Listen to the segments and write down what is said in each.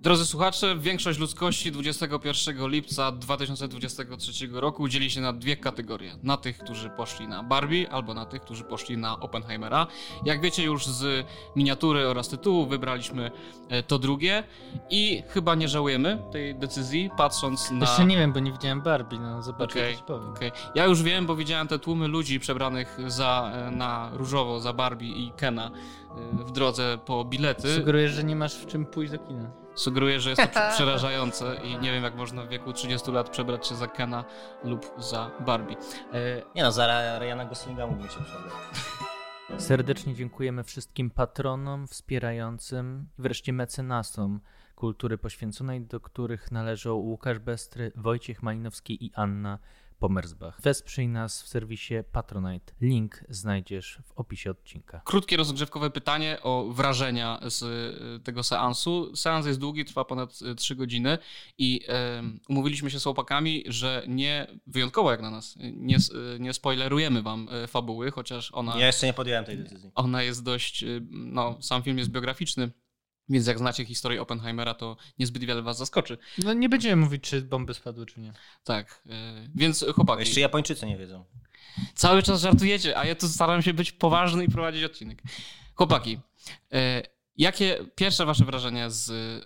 Drodzy słuchacze, większość ludzkości 21 lipca 2023 roku dzieli się na dwie kategorie. Na tych, którzy poszli na Barbie, albo na tych, którzy poszli na Oppenheimera. Jak wiecie już z miniatury oraz tytułu wybraliśmy to drugie i chyba nie żałujemy tej decyzji, patrząc na... Jeszcze nie wiem, bo nie widziałem Barbie, no zobaczę, co ci powiem. Okay. Ja już wiem, bo widziałem te tłumy ludzi przebranych na różowo za Barbie i Kena w drodze po bilety. Sugerujesz, że nie masz w czym pójść do kina. Sugeruję, że jest to przerażające i nie wiem, jak można w wieku 30 lat przebrać się za Kena lub za Barbie. Nie no, za Ryana Goslinga mógłbym się przebrać. Serdecznie dziękujemy wszystkim patronom, wspierającym i wreszcie mecenasom kultury poświęconej, do których należą Łukasz Bestry, Wojciech Malinowski i Anna Pomersbach. Wesprzyj nas w serwisie Patronite. Link znajdziesz w opisie odcinka. Krótkie rozgrzewkowe pytanie o wrażenia z tego seansu. Seans jest długi, trwa ponad 3 godziny i umówiliśmy się z chłopakami, że wyjątkowo jak na nas, nie spoilerujemy wam fabuły, chociaż ona... Ja jeszcze nie podjąłem tej decyzji. Ona jest dość, sam film jest biograficzny. Więc jak znacie historię Oppenheimera, to niezbyt wiele was zaskoczy. No nie będziemy mówić, czy bomby spadły, czy nie. Tak, więc chłopaki... Jeszcze Japończycy nie wiedzą. Cały czas żartujecie, a ja tu staram się być poważny i prowadzić odcinek. Chłopaki, jakie pierwsze wasze wrażenia z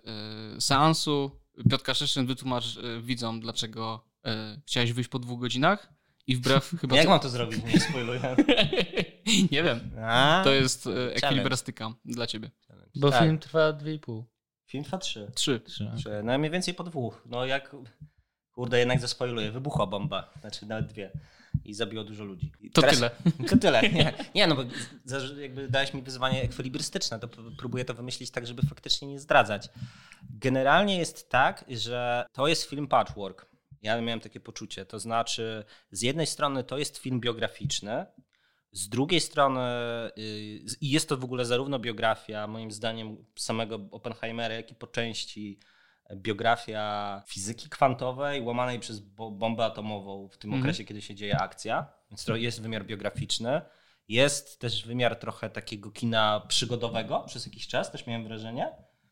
seansu? Piotr Kaszyszyn, wytłumacz widzom, dlaczego chciałeś wyjść po 2 godzinach i wbrew chyba... Jak mam to zrobić? Nie spoiluję. Nie wiem. To jest ekwilibrystyka dla ciebie. Bo tak. Film trwa 2,5. Film trwa 3. 3. No mniej więcej po 2. No jak... Kurde, jednak zaspoiluję. Wybuchła bomba. Znaczy nawet 2. I zabiło dużo ludzi. To tyle. To tyle. Nie, no bo jakby dałeś mi wyzwanie ekwilibrystyczne, to próbuję to wymyślić tak, żeby faktycznie nie zdradzać. Generalnie jest tak, że to jest film patchwork. Ja miałem takie poczucie. To znaczy, z jednej strony to jest film biograficzny, z drugiej strony jest to w ogóle zarówno biografia, moim zdaniem, samego Oppenheimera, jak i po części biografia fizyki kwantowej łamanej przez bombę atomową w tym okresie, kiedy się dzieje akcja. Więc to jest wymiar biograficzny. Jest też wymiar trochę takiego kina przygodowego przez jakiś czas, też miałem wrażenie.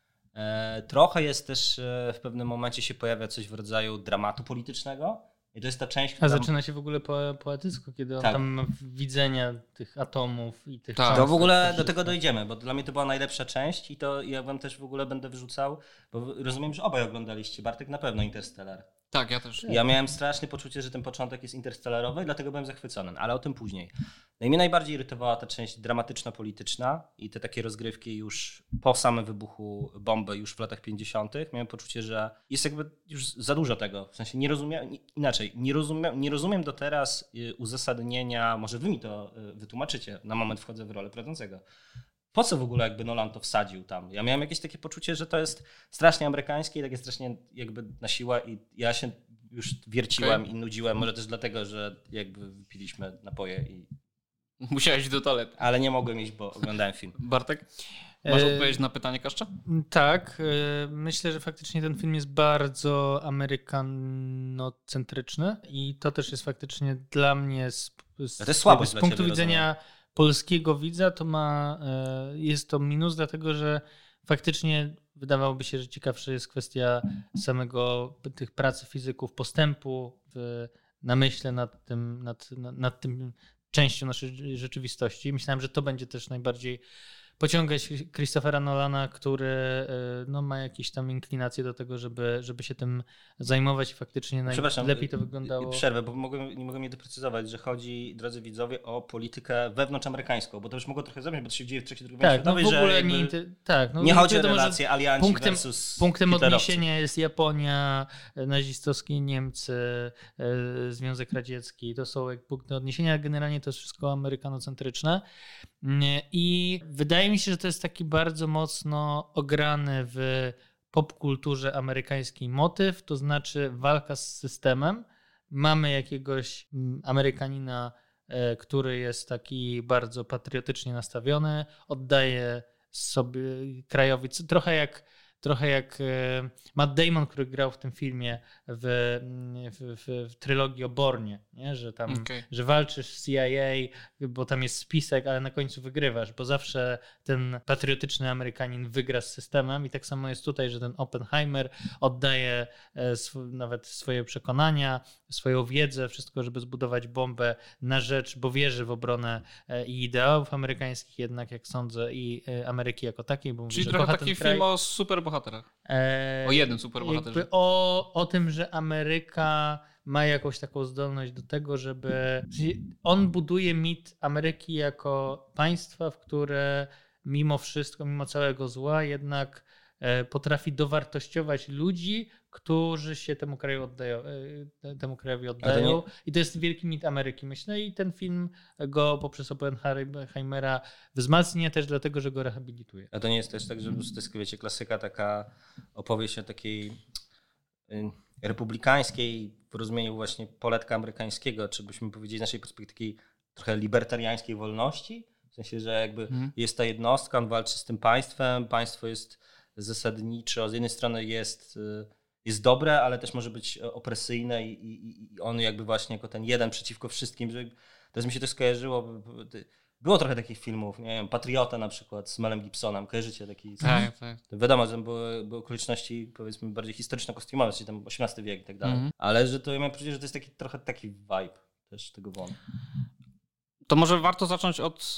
Trochę jest też w pewnym momencie się pojawia coś w rodzaju dramatu politycznego. I to jest ta część, która... A zaczyna się w ogóle poetycko, kiedy on tam ma widzenia tych atomów i tych... To w ogóle do tego dojdziemy, bo dla mnie to była najlepsza część i to ja wam też w ogóle będę wyrzucał, bo rozumiem, że obaj oglądaliście. Bartek na pewno Interstellar. Tak, ja też. Ja miałem strasznie poczucie, że ten początek jest interstellarowy, dlatego byłem zachwycony, ale o tym później. No i mnie najbardziej irytowała ta część dramatyczno-polityczna i te takie rozgrywki już po samym wybuchu bomby, już w latach 50. Miałem poczucie, że jest jakby już za dużo tego. W sensie nie rozumiem do teraz uzasadnienia, może wy mi to wytłumaczycie, na moment wchodzę w rolę prowadzącego. Po co w ogóle jakby Nolan to wsadził tam? Ja miałem jakieś takie poczucie, że to jest strasznie amerykańskie i takie strasznie jakby na siłę i ja się już wierciłem i nudziłem. Może też dlatego, że jakby wypiliśmy napoje i... Musiałeś do toalety. Ale nie mogłem iść, bo oglądałem film. Bartek, masz odpowiedź na pytanie Kaszcza? Tak. Myślę, że faktycznie ten film jest bardzo amerykanocentryczny i to też jest faktycznie dla mnie z punktu widzenia polskiego widza jest to minus, dlatego że faktycznie wydawałoby się, że ciekawsza jest kwestia samego tych pracy fizyków, postępu w namyśle nad tym częścią naszej rzeczywistości. Myślałem, że to będzie też najbardziej pociągać Christophera Nolana, który ma jakieś tam inklinacje do tego, żeby się tym zajmować i faktycznie najlepiej to wyglądało. Przerwę, bo nie mogłem nie doprecyzować, że chodzi, drodzy widzowie, o politykę wewnątrzamerykańską, bo to już mogło trochę zabrzmieć, bo to się dzieje w trakcie II wojny światowej, nie chodzi o relacje alianci versus punktem hitlerowcy. Odniesienia jest Japonia, nazistowskie Niemcy, Związek Radziecki. To są punkty odniesienia, generalnie to jest wszystko amerykanocentryczne. I wydaje mi się, że to jest taki bardzo mocno ograny w popkulturze amerykańskiej motyw, to znaczy walka z systemem. Mamy jakiegoś Amerykanina, który jest taki bardzo patriotycznie nastawiony, oddaje sobie krajowi, trochę jak trochę jak Matt Damon, który grał w tym filmie w trylogii o Bournie, nie? Że tam, że walczysz z CIA, bo tam jest spisek, ale na końcu wygrywasz, bo zawsze ten patriotyczny Amerykanin wygra z systemem i tak samo jest tutaj, że ten Oppenheimer oddaje nawet swoje przekonania, swoją wiedzę, wszystko, żeby zbudować bombę na rzecz, bo wierzy w obronę i ideałów amerykańskich, jednak jak sądzę, i Ameryki jako takiej. Bo czyli trochę taki film o superbohaterach. O jednym superbohaterze. O tym, że Ameryka ma jakąś taką zdolność do tego, żeby... On buduje mit Ameryki jako państwa, w które mimo wszystko, mimo całego zła, jednak potrafi dowartościować ludzi, którzy się temu krajowi oddają. I to jest wielki mit Ameryki, myślę. I ten film go poprzez Oppenheimera wzmacnia też dlatego, że go rehabilituje. A to nie jest też tak, że to jest, wiecie, klasyka, taka opowieść o takiej republikańskiej, w rozumieniu właśnie poletka amerykańskiego, czy byśmy powiedzieli z naszej perspektywy trochę libertariańskiej wolności? W sensie, że jakby jest ta jednostka, on walczy z tym państwem, państwo jest zasadniczo, z jednej strony jest dobre, ale też może być opresyjne i on jakby właśnie jako ten jeden przeciwko wszystkim. Że teraz mi się to skojarzyło, było trochę takich filmów, nie wiem, Patriota na przykład z Melem Gibsonem, kojarzycie taki? Tak. Wiadomo, że były okoliczności powiedzmy bardziej historyczno-kostiumowe, czyli tam XVIII wiek i tak dalej, ale że to ja miałem poczucie, że to jest trochę taki vibe też tego wątku. To może warto zacząć od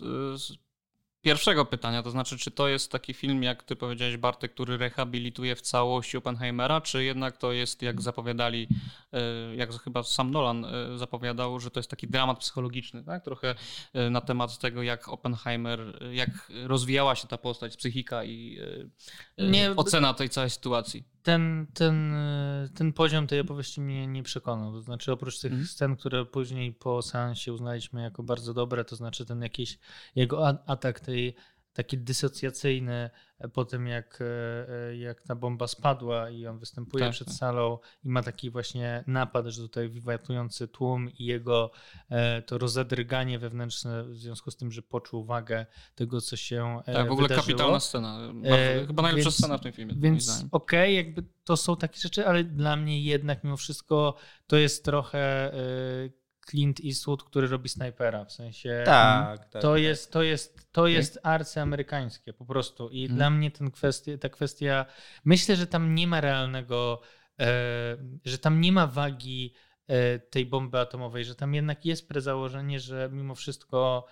pierwszego pytania, to znaczy, czy to jest taki film, jak ty powiedziałeś, Bartek, który rehabilituje w całości Oppenheimera, czy jednak to jest, jak zapowiadali, jak chyba sam Nolan zapowiadał, że to jest taki dramat psychologiczny, tak? Trochę na temat tego, jak Oppenheimer, jak rozwijała się ta postać, psychika i ocena tej całej sytuacji. Ten poziom tej opowieści mnie nie przekonał. To znaczy, oprócz tych scen, które później po seansie uznaliśmy jako bardzo dobre, to znaczy ten jakiś jego atak taki dysocjacyjny po tym, jak ta bomba spadła i on występuje przed salą i ma taki właśnie napad, że tutaj wiwatujący tłum i jego to rozedrganie wewnętrzne w związku z tym, że poczuł wagę tego, co się w ogóle wydarzyło. kapitalna scena. Chyba najlepsza scena w tym filmie. Więc okej, jakby to są takie rzeczy, ale dla mnie jednak mimo wszystko to jest trochę Clint Eastwood, który robi snajpera, w sensie to jest arcyamerykańskie po prostu i dla mnie ta kwestia, myślę, że tam nie ma realnego, że tam nie ma wagi tej bomby atomowej, że tam jednak jest prezałożenie, że mimo wszystko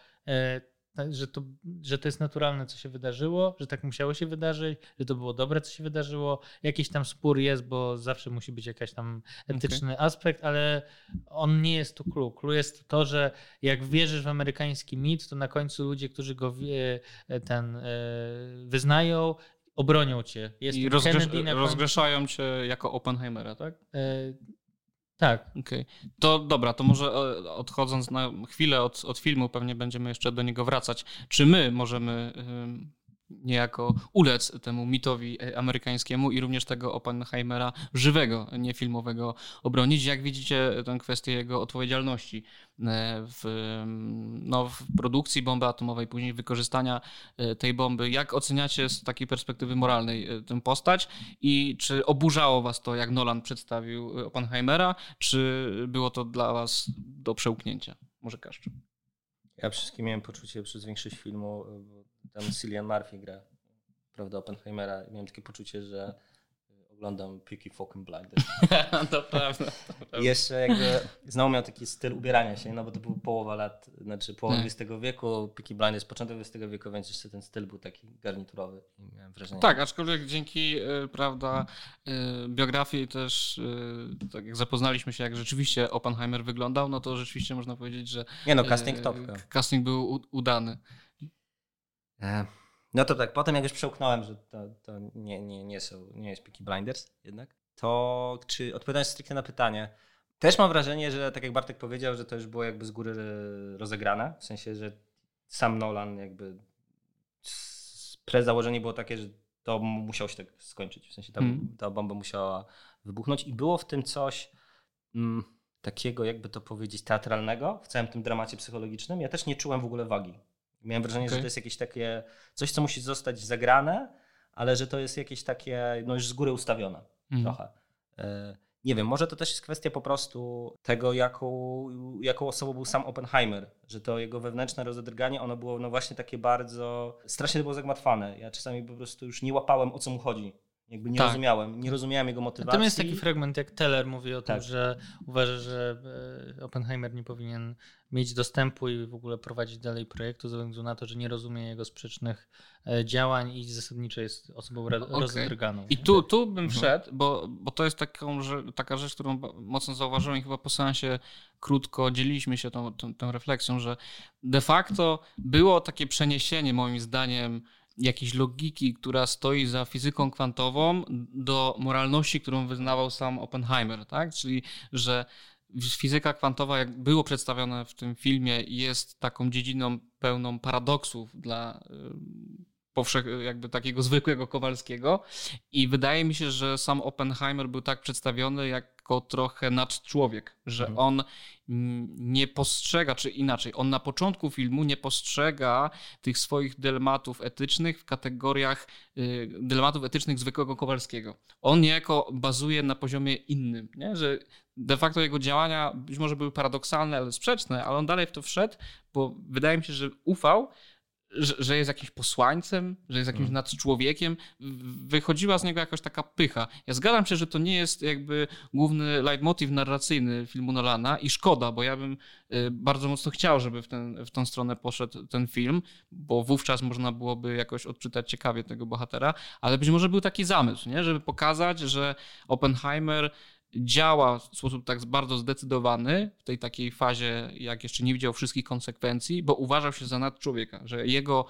że to jest naturalne, co się wydarzyło, że tak musiało się wydarzyć, że to było dobre, co się wydarzyło. Jakiś tam spór jest, bo zawsze musi być jakiś tam etyczny aspekt, ale on nie jest tu clue. Clue jest to, że jak wierzysz w amerykański mit, to na końcu ludzie, którzy go wyznają, obronią cię. I rozgrzeszają cię jako Oppenheimera, tak? Tak. Okay. To dobra, to może odchodząc na chwilę od filmu, pewnie będziemy jeszcze do niego wracać. Czy my możemy niejako ulec temu mitowi amerykańskiemu i również tego Oppenheimera żywego, nie filmowego obronić? Jak widzicie tę kwestię jego odpowiedzialności w produkcji bomby atomowej, później wykorzystania tej bomby? Jak oceniacie z takiej perspektywy moralnej tę postać i czy oburzało was to, jak Nolan przedstawił Oppenheimera, czy było to dla was do przełknięcia? Może Kaszczu? Ja wszystkim miałem poczucie przez większość filmu, tam Cillian Murphy gra, prawda, Oppenheimera. Miałem takie poczucie, że oglądam Peaky fucking Blinders. To prawda. I jeszcze jakby znowu miał taki styl ubierania się, no bo to był połowa XX wieku, Peaky Blinders początek XX wieku, więc jeszcze ten styl był taki garniturowy i miałem wrażenie. Tak, aczkolwiek dzięki biografii też, tak jak zapoznaliśmy się, jak rzeczywiście Oppenheimer wyglądał, no to rzeczywiście można powiedzieć, że casting topka. Casting był udany. No to tak, potem jak już przełknąłem, że to nie jest Peaky Blinders jednak, to czy odpowiadając stricte na pytanie, też mam wrażenie, że tak jak Bartek powiedział, że to już było jakby z góry rozegrane, w sensie, że sam Nolan jakby założenie było takie, że to musiało się tak skończyć, w sensie ta bomba musiała wybuchnąć i było w tym coś takiego, jakby to powiedzieć, teatralnego w całym tym dramacie psychologicznym. Ja też nie czułem w ogóle wagi. Miałem wrażenie, że to jest jakieś takie coś, co musi zostać zagrane, ale że to jest jakieś takie już z góry ustawione trochę. Nie wiem, może to też jest kwestia po prostu tego, jaką osobą był sam Oppenheimer, że to jego wewnętrzne rozedrganie, ono było właśnie takie bardzo, strasznie to było zagmatwane. Ja czasami po prostu już nie łapałem, o co mu chodzi. Jakby nie rozumiałem jego motywacji. Tam jest taki fragment, jak Teller mówi o tym, że uważa, że Oppenheimer nie powinien mieć dostępu i w ogóle prowadzić dalej projektu ze względu na to, że nie rozumie jego sprzecznych działań i zasadniczo jest osobą rozdrganą. I tu bym wszedł, bo to jest taka rzecz, którą mocno zauważyłem i chyba po seansie krótko dzieliliśmy się tą refleksją, że de facto było takie przeniesienie moim zdaniem jakiejś logiki, która stoi za fizyką kwantową do moralności, którą wyznawał sam Oppenheimer, tak? Czyli, że fizyka kwantowa, jak było przedstawione w tym filmie, jest taką dziedziną pełną paradoksów dla jakby takiego zwykłego Kowalskiego i wydaje mi się, że sam Oppenheimer był tak przedstawiony jako trochę nadczłowiek, że on nie postrzega, czy inaczej, on na początku filmu nie postrzega tych swoich dylematów etycznych w kategoriach dylematów etycznych zwykłego Kowalskiego. On niejako bazuje na poziomie innym, nie? Że de facto jego działania być może były paradoksalne, ale sprzeczne, ale on dalej w to wszedł, bo wydaje mi się, że ufał, że jest jakimś posłańcem, że jest jakimś nadczłowiekiem. Wychodziła z niego jakaś taka pycha. Ja zgadzam się, że to nie jest jakby główny leitmotiv narracyjny filmu Nolana i szkoda, bo ja bym bardzo mocno chciał, żeby w tą stronę poszedł ten film, bo wówczas można byłoby jakoś odczytać ciekawie tego bohatera, ale być może był taki zamysł, nie? Żeby pokazać, że Oppenheimer działa w sposób tak bardzo zdecydowany w tej takiej fazie, jak jeszcze nie widział wszystkich konsekwencji, bo uważał się za nadczłowieka, że jego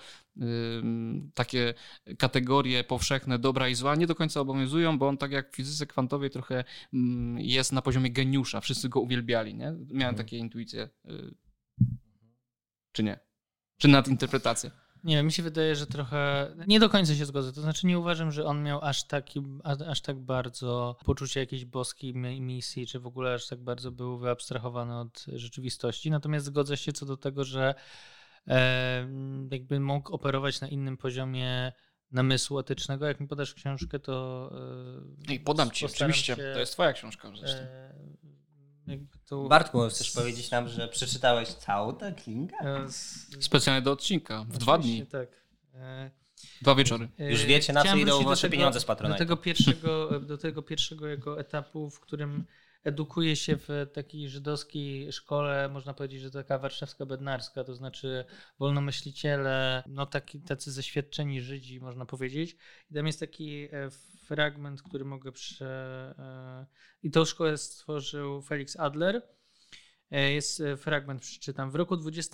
takie kategorie powszechne dobra i zła nie do końca obowiązują, bo on tak jak w fizyce kwantowej trochę jest na poziomie geniusza. Wszyscy go uwielbiali, nie? Miałem takie intuicje. Czy nie? Czy nadinterpretację? Nie wiem, mi się wydaje, że trochę nie do końca się zgodzę. To znaczy nie uważam, że on miał aż tak bardzo poczucie jakiejś boskiej misji, czy w ogóle aż tak bardzo był wyabstrahowany od rzeczywistości. Natomiast zgodzę się co do tego, że jakby mógł operować na innym poziomie namysłu etycznego. Jak mi podasz książkę, to podam ci, oczywiście. To jest twoja książka zresztą. Bartku, chcesz powiedzieć nam, że przeczytałeś całą tę księgę? Specjalnie do odcinka, w 2 dni. Tak. 2 wieczory. Już wiecie, na co idą wasze pieniądze z Patronite'u. Do tego pierwszego jego etapu, w którym edukuje się w takiej żydowskiej szkole, można powiedzieć, że taka warszawska bednarska, to znaczy wolnomyśliciele, tacy zaświadczeni Żydzi, można powiedzieć. I tam jest taki fragment, który mogę I tą szkołę stworzył Felix Adler. Jest fragment, przeczytam. W roku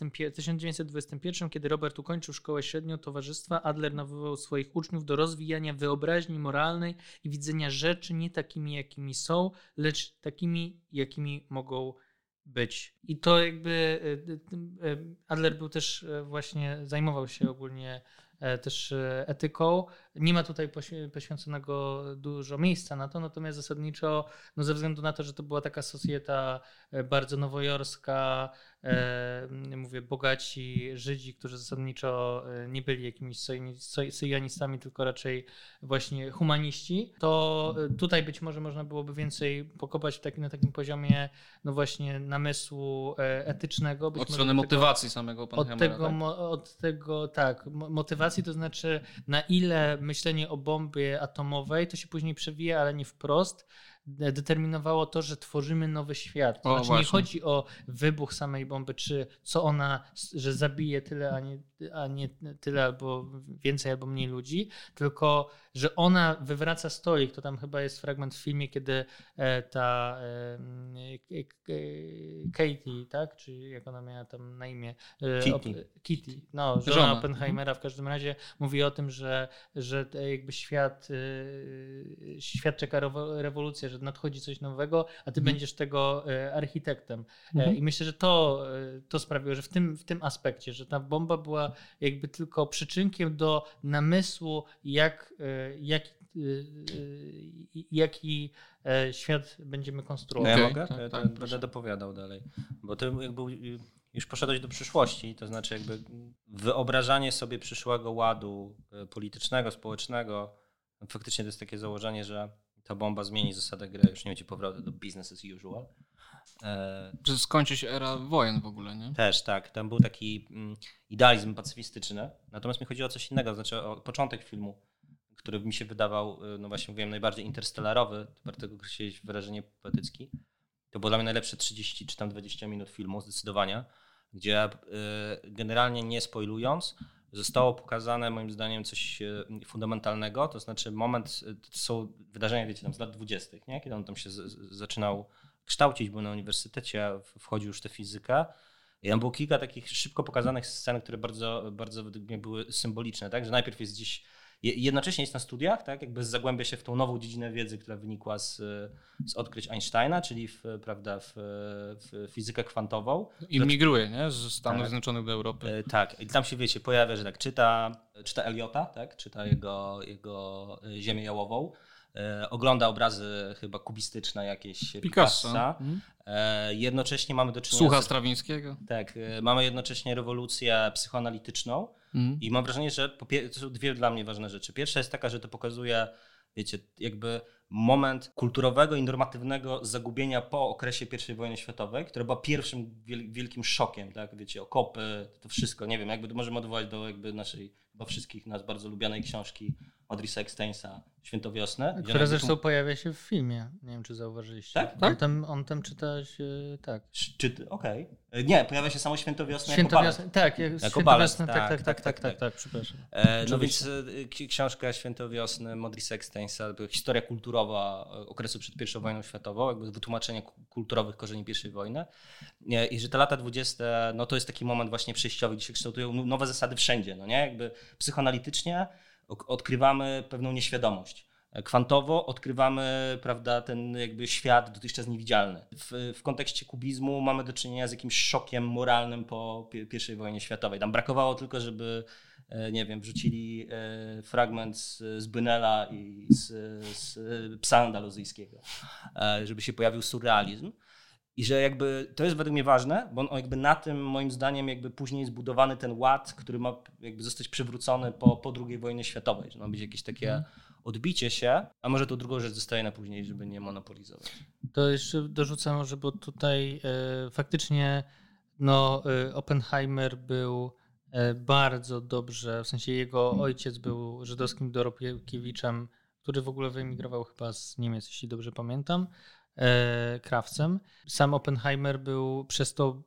1921, kiedy Robert ukończył szkołę średnią towarzystwa, Adler nawoływał swoich uczniów do rozwijania wyobraźni moralnej i widzenia rzeczy nie takimi, jakimi są, lecz takimi, jakimi mogą być. I to jakby Adler był też właśnie, zajmował się ogólnie też etyką. Nie ma tutaj poświęconego dużo miejsca na to, natomiast zasadniczo ze względu na to, że to była taka socjeta bardzo nowojorska, mówię, bogaci Żydzi, którzy zasadniczo nie byli jakimiś syjonistami, tylko raczej właśnie humaniści, to tutaj być może można byłoby więcej pokopać na takim poziomie właśnie namysłu etycznego. Od strony motywacji samego Oppenheimera. Od tego, tak, motywacji, to znaczy na ile myślenie o bombie atomowej, to się później przewija, ale nie wprost, determinowało to, że tworzymy nowy świat. To znaczy nie chodzi o wybuch samej bomby, czy co ona, że zabije tyle, a nie tyle, albo więcej, albo mniej ludzi, tylko że ona wywraca stolik. To tam chyba jest fragment w filmie, kiedy ta Katie, tak? Czy jak ona miała tam na imię? Kitty. No, żona Oppenheimera w każdym razie mówi o tym, że jakby świat czeka rewolucja, że nadchodzi coś nowego, a ty będziesz tego architektem. I myślę, że to sprawiło, że w tym aspekcie, że ta bomba była jakby tylko przyczynkiem do namysłu, jaki świat będziemy konstruować. Ja mogę? Będę dopowiadał dalej. Bo ty jakby już poszedłeś do przyszłości, to znaczy jakby wyobrażanie sobie przyszłego ładu politycznego, społecznego faktycznie to jest takie założenie, że ta bomba zmieni zasadę gry, już nie będzie powrotu do business as usual. Że skończy się era wojen w ogóle, nie? Też, tak. Tam był taki idealizm pacyfistyczny. Natomiast mi chodzi o coś innego, znaczy o początek filmu, który mi się wydawał, no właśnie mówiłem, najbardziej interstellarowy, warto go określić wyrażenie poetycki. To było dla mnie najlepsze 30 czy tam 20 minut filmu, zdecydowanie, gdzie generalnie nie spoilując, zostało pokazane moim zdaniem coś fundamentalnego, to znaczy moment, to są wydarzenia, wiecie, tam z lat 20., nie? Kiedy on tam się zaczynał kształcić, był na uniwersytecie, wchodził już w tę fizykę. I tam było kilka takich szybko pokazanych scen, które bardzo, bardzo według mnie były symboliczne, tak? Że najpierw jest gdzieś, jednocześnie jest na studiach, tak? Jakby zagłębia się w tą nową dziedzinę wiedzy, która wynikła z odkryć Einsteina, czyli w fizykę kwantową. I migruje, nie? Z Stanów Zjednoczonych do Europy. Tak, i tam się, wiecie, pojawia, że tak, czyta Eliota, tak? Czyta jego Ziemię jałową. Ogląda obrazy chyba kubistyczne jakieś Picassa. Jednocześnie mamy do czynienia Słucha Strawińskiego. Tak, mamy jednocześnie rewolucję psychoanalityczną i mam wrażenie, że to są dwie dla mnie ważne rzeczy. Pierwsza jest taka, że to pokazuje, wiecie, jakby moment kulturowego i normatywnego zagubienia po okresie I wojny światowej, która była pierwszym wielkim szokiem, tak, wiecie, okopy, to wszystko, nie wiem, jakby to możemy odwołać do jakby naszej, chyba wszystkich nas bardzo lubianej książki Modrisa Extensa Świętowiosnę. Która zresztą pojawia się w filmie, nie wiem czy zauważyliście. Tak? On tam czyta się, tak. Okej. Nie, pojawia się samo Świętowiosnę jako balet. Tak, jako balet. Tak, przepraszam. No więc książka Świętowiosny Modrisa Extensa, historia kulturowa okresu przed I wojną światową, jakby wytłumaczenie kulturowych korzeni I wojny. I że te lata 20, no to jest taki moment właśnie przejściowy, gdzie się kształtują nowe zasady wszędzie, no nie? Jakby psychoanalitycznie odkrywamy pewną nieświadomość. Kwantowo odkrywamy, prawda, ten jakby świat dotychczas niewidzialny. W kontekście kubizmu mamy do czynienia z jakimś szokiem moralnym po I wojnie światowej. Tam brakowało tylko, żeby, nie wiem, wrzucili fragment z Bynela i z Psa Andaluzyjskiego, żeby się pojawił surrealizm. I że jakby to jest według mnie ważne, bo on jakby na tym moim zdaniem jakby później jest zbudowany ten ład, który ma jakby zostać przywrócony po II wojnie światowej, że ma być jakieś takie odbicie się, a może tą drugą rzecz zostaje na później, żeby nie monopolizować. To jeszcze dorzucam może, bo tutaj faktycznie Oppenheimer był bardzo dobrze, w sensie jego ojciec był żydowskim dorobkiewiczem, który w ogóle wyemigrował chyba z Niemiec, jeśli dobrze pamiętam, krawcem. Sam Oppenheimer był przez to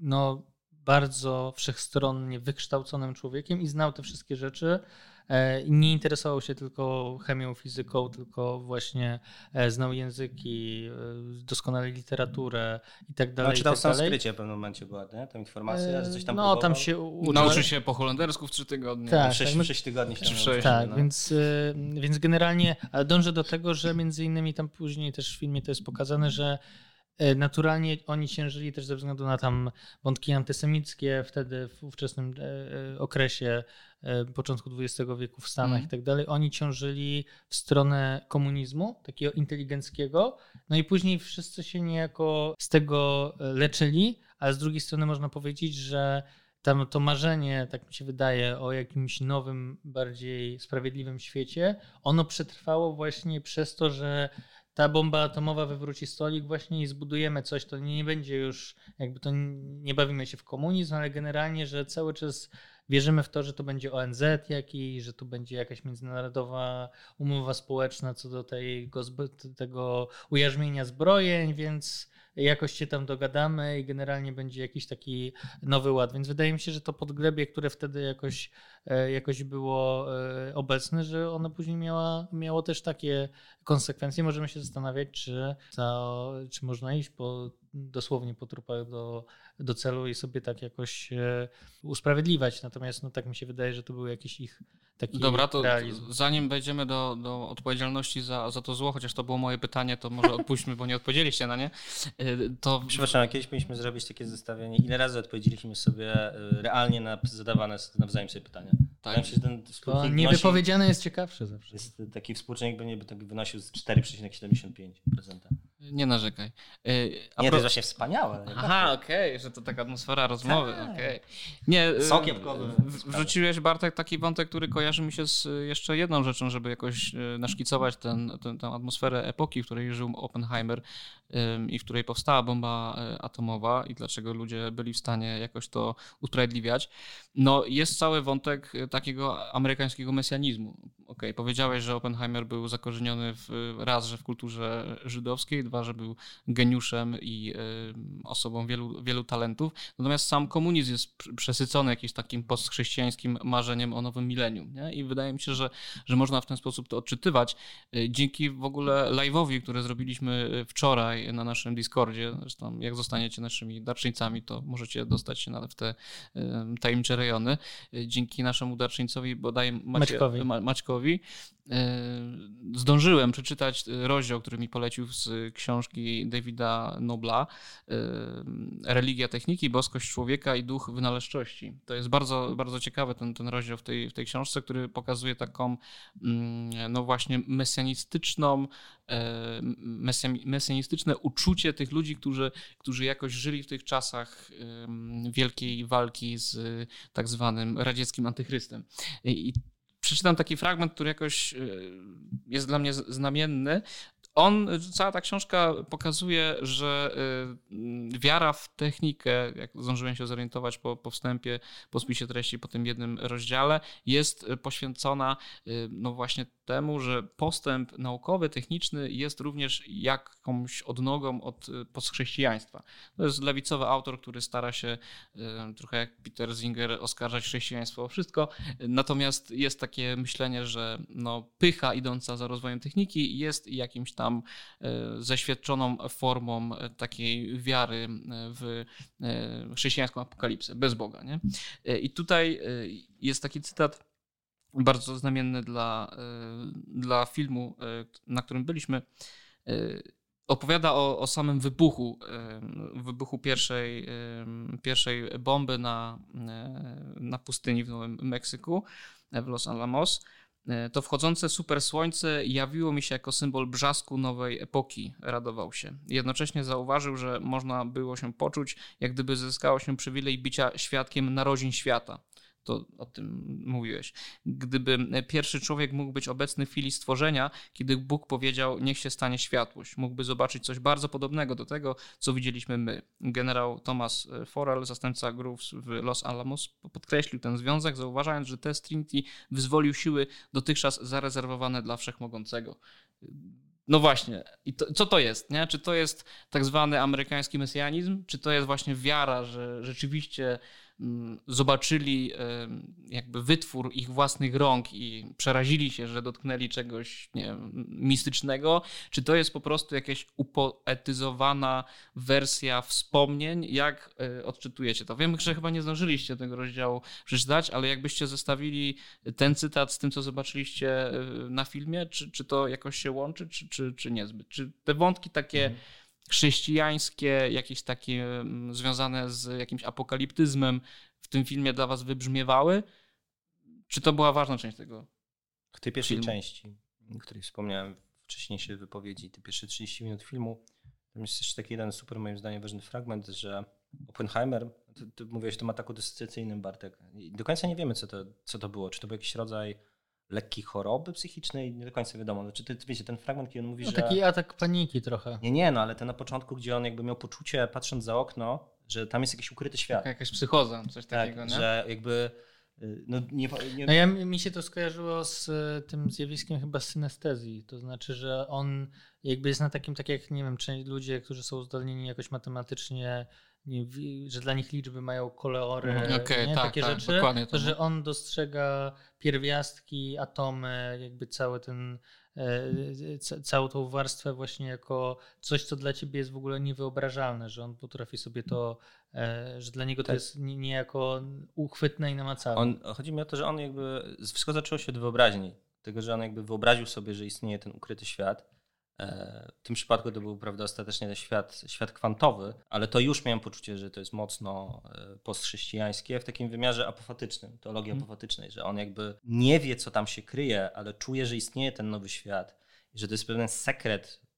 bardzo wszechstronnie wykształconym człowiekiem i znał te wszystkie rzeczy. Nie interesował się tylko chemią, fizyką, tylko właśnie znał języki, doskonale literaturę i tak dalej. No, czytał sanskrycie w pewnym momencie była, nie? Tam informacja, że coś tam próbował. Tam się nauczył się po holendersku w 3 tygodnie. Tak, 6 tygodni się nauczył. Tak, więc generalnie dążę do tego, że między innymi tam później też w filmie to jest pokazane, że naturalnie oni ciężyli też ze względu na tam wątki antysemickie wtedy w ówczesnym okresie początku XX wieku w Stanach i tak dalej. Oni ciążyli w stronę komunizmu, takiego inteligenckiego, no i później wszyscy się niejako z tego leczyli, ale z drugiej strony można powiedzieć, że tam to marzenie, tak mi się wydaje, o jakimś nowym, bardziej sprawiedliwym świecie, ono przetrwało właśnie przez to, że ta bomba atomowa wywróci stolik właśnie i zbudujemy coś, to nie będzie już, jakby to nie bawimy się w komunizm, ale generalnie, że cały czas wierzymy w to, że to będzie ONZ jakiś, że to będzie jakaś międzynarodowa umowa społeczna co do tego ujarzmienia zbrojeń, więc jakoś się tam dogadamy i generalnie będzie jakiś taki nowy ład. Więc wydaje mi się, że to podglebie, które wtedy jakoś było obecne, że ono później miało też takie konsekwencje. Możemy się zastanawiać, czy można iść dosłownie po trupach do celu i sobie tak jakoś usprawiedliwiać. Natomiast tak mi się wydaje, że to był jakiś ich taki Dobra, to realizm. zanim wejdziemy do odpowiedzialności za to zło, chociaż to było moje pytanie, to może odpuśćmy, bo nie odpowiedzieliście na nie. Przepraszam, kiedyś powinniśmy zrobić takie zestawienie. Ile razy odpowiedzieliśmy sobie realnie na zadawane nawzajem sobie pytania? Tak. Się, że ten współczynnik niewypowiedziane jest ciekawsze zawsze. Jest taki współczynnik by wynosił 4,75%. Nie narzekaj. To jest właśnie wspaniałe. Aha, okej, że to taka atmosfera rozmowy. Okay. Nie, sok jabłkowy. Wrzuciłeś, Bartek, taki wątek, który kojarzy mi się z jeszcze jedną rzeczą, żeby jakoś naszkicować tę atmosferę epoki, w której żył Oppenheimer i w której powstała bomba atomowa i dlaczego ludzie byli w stanie jakoś to usprawiedliwiać. No, jest cały wątek takiego amerykańskiego mesjanizmu. Powiedziałeś, że Oppenheimer był zakorzeniony raz, że w kulturze żydowskiej, dwa, że był geniuszem i osobą wielu talentów. Natomiast sam komunizm jest przesycony jakimś takim postchrześcijańskim marzeniem o nowym milenium. Nie? I wydaje mi się, że można w ten sposób to odczytywać. Dzięki w ogóle live'owi, który zrobiliśmy wczoraj na naszym Discordzie, zresztą jak zostaniecie naszymi darczyńcami, to możecie dostać się nawet w te tajemnicze rejony. Dzięki naszemu darczyńcowi, bodaj Maćkowi, zdążyłem przeczytać rozdział, który mi polecił z książki Davida Nobla, Religia techniki, boskość człowieka i duch wynalazczości. To jest bardzo, bardzo ciekawy ten rozdział w tej książce, który pokazuje taką no właśnie mesjanistyczne uczucie tych ludzi, którzy jakoś żyli w tych czasach wielkiej walki z tak zwanym radzieckim antychrystem. I przeczytam taki fragment, który jakoś jest dla mnie znamienny. Cała ta książka pokazuje, że wiara w technikę, jak zdążyłem się zorientować po wstępie, po spisie treści, po tym jednym rozdziale, jest poświęcona no właśnie temu, że postęp naukowy, techniczny jest również jakąś odnogą od postchrześcijaństwa. To jest lewicowy autor, który stara się trochę jak Peter Singer oskarżać chrześcijaństwo o wszystko, natomiast jest takie myślenie, że no, pycha idąca za rozwojem techniki jest jakimś tam zaświadczoną formą takiej wiary w chrześcijańską apokalipsę, bez Boga. Nie? I tutaj jest taki cytat bardzo znamienny dla filmu, na którym byliśmy. Opowiada o samym wybuchu pierwszej bomby na pustyni w Nowym Meksyku, w Los Alamos. To wchodzące supersłońce jawiło mi się jako symbol brzasku nowej epoki, radował się. Jednocześnie zauważył, że można było się poczuć, jak gdyby zyskało się przywilej bycia świadkiem narodzin świata. To o tym mówiłeś. Gdyby pierwszy człowiek mógł być obecny w chwili stworzenia, kiedy Bóg powiedział, niech się stanie światłość, mógłby zobaczyć coś bardzo podobnego do tego, co widzieliśmy my. Generał Thomas Forel, zastępca Groves w Los Alamos, podkreślił ten związek, zauważając, że test Trinity wyzwolił siły dotychczas zarezerwowane dla Wszechmogącego. No właśnie, i co to jest? Nie? Czy to jest tak zwany amerykański mesjanizm, czy to jest właśnie wiara, że rzeczywiście zobaczyli jakby wytwór ich własnych rąk i przerazili się, że dotknęli czegoś, nie wiem, mistycznego, czy to jest po prostu jakaś upoetyzowana wersja wspomnień? Jak odczytujecie to? Wiem, że chyba nie zdążyliście tego rozdziału przeczytać, ale jakbyście zestawili ten cytat z tym, co zobaczyliście na filmie, czy to jakoś się łączy, czy niezbyt? Czy te wątki takie chrześcijańskie, jakieś takie związane z jakimś apokaliptyzmem w tym filmie dla was wybrzmiewały? Czy to była ważna część tego w tej pierwszej części, o której wspomniałem w wcześniejszej wypowiedzi, te pierwsze 30 minut filmu, tam jest jeszcze taki jeden super, moim zdaniem, ważny fragment, że Oppenheimer, ty mówiłeś o ataku dysocjacyjnym, Bartek, i do końca nie wiemy, co to było. Czy to był jakiś rodzaj lekkiej choroby psychicznej, nie do końca wiadomo. Znaczy, wiecie, ten fragment, kiedy on mówi, że... Taki atak paniki trochę. Nie, no ale ten na początku, gdzie on jakby miał poczucie, patrząc za okno, że tam jest jakiś ukryty świat. Jakaś psychoza, coś takiego, nie? Że jakby... Mi się to skojarzyło z tym zjawiskiem chyba synestezji. To znaczy, że on jakby jest na takim, tak jak, nie wiem, czy ludzie, którzy są uzdolnieni jakoś matematycznie, że dla nich liczby mają kolory, takie rzeczy, to, że on dostrzega pierwiastki, atomy, jakby całą tą warstwę właśnie jako coś, co dla ciebie jest w ogóle niewyobrażalne, że on potrafi sobie to, że dla niego to jest niejako uchwytne i namacalne. Chodzi mi o to, że on jakby, wszystko zaczęło się od wyobraźni, tego, że on jakby wyobraził sobie, że istnieje ten ukryty świat. W tym przypadku to był, prawda, ostatecznie ten świat kwantowy, ale to już miałem poczucie, że to jest mocno postchrześcijańskie w takim wymiarze apofatycznym, teologii apofatycznej, że on jakby nie wie, co tam się kryje, ale czuje, że istnieje ten nowy świat i że to jest pewien sekret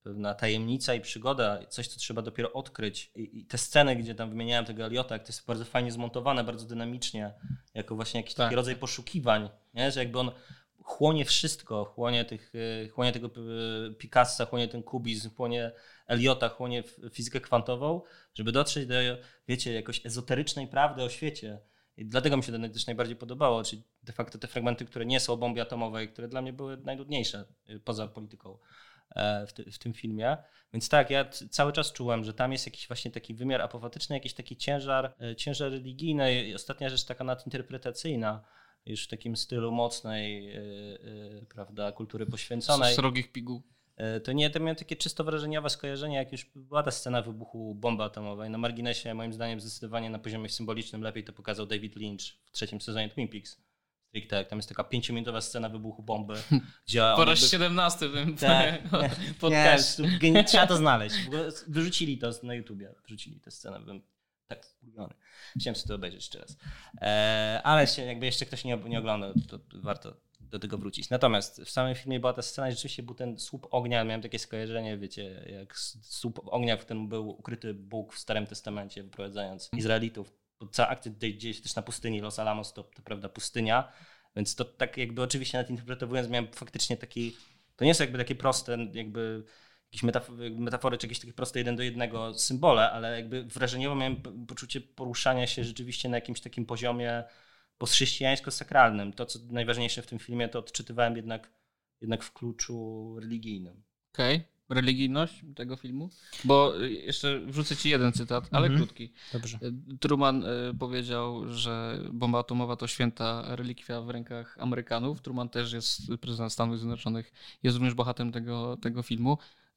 pewna tajemnica i przygoda, coś, co trzeba dopiero odkryć. I te sceny, gdzie tam wymieniałem tego Eliota, to jest bardzo fajnie zmontowane, bardzo dynamicznie, jako właśnie jakiś taki rodzaj poszukiwań, nie? Że jakby on chłonie wszystko, chłonie tego Picassa, chłonie ten kubizm, chłonie Eliota, chłonie fizykę kwantową, żeby dotrzeć do, wiecie, jakoś ezoterycznej prawdy o świecie. I dlatego mi się to też najbardziej podobało, czyli de facto te fragmenty, które nie są o bombie atomowej, które dla mnie były najnudniejsze poza polityką w tym filmie. Więc tak, ja cały czas czułem, że tam jest jakiś właśnie taki wymiar apofatyczny, jakiś taki ciężar religijny i ostatnia rzecz taka nadinterpretacyjna, już w takim stylu mocnej, prawda, kultury poświęconej. Srogich piguł. To miałem takie czysto wrażeniowe skojarzenie, jak już była ta scena wybuchu bomby atomowej. Na marginesie, moim zdaniem, zdecydowanie na poziomie symbolicznym lepiej to pokazał David Lynch w 3. sezonie Twin Peaks. Stricte, tam jest taka 5-minutowa scena wybuchu bomby. Gdzie po raz 17 w tym podcaście. Nie, trzeba to znaleźć. Wyrzucili to na YouTubie. Wrzucili tę scenę. Byłem tak wkurwiony. Chciałem sobie to obejrzeć jeszcze raz. Ale jakby jeszcze ktoś nie oglądał, to warto do tego wrócić. Natomiast w samym filmie była ta scena i rzeczywiście był ten słup ognia. Miałem takie skojarzenie, wiecie, jak słup ognia, w którym był ukryty Bóg w Starym Testamencie, wyprowadzając Izraelitów. Bo cała akcja dzieje się też na pustyni. Los Alamos to prawda pustynia. Więc to tak jakby oczywiście nadinterpretowując miałem faktycznie taki, to nie są jakby takie proste jakby jakieś metafory czy jakieś takie proste 1 do 1 symbole, ale jakby wrażeniowo miałem poczucie poruszania się rzeczywiście na jakimś takim poziomie postchrześcijańsko-sakralnym. To, co najważniejsze w tym filmie, to odczytywałem jednak w kluczu religijnym. Okej. Religijność tego filmu? Bo jeszcze wrzucę ci jeden cytat, ale krótki. Dobrze. Truman powiedział, że bomba atomowa to święta relikwia w rękach Amerykanów. Truman też jest prezydent Stanów Zjednoczonych, jest również bohaterem tego filmu.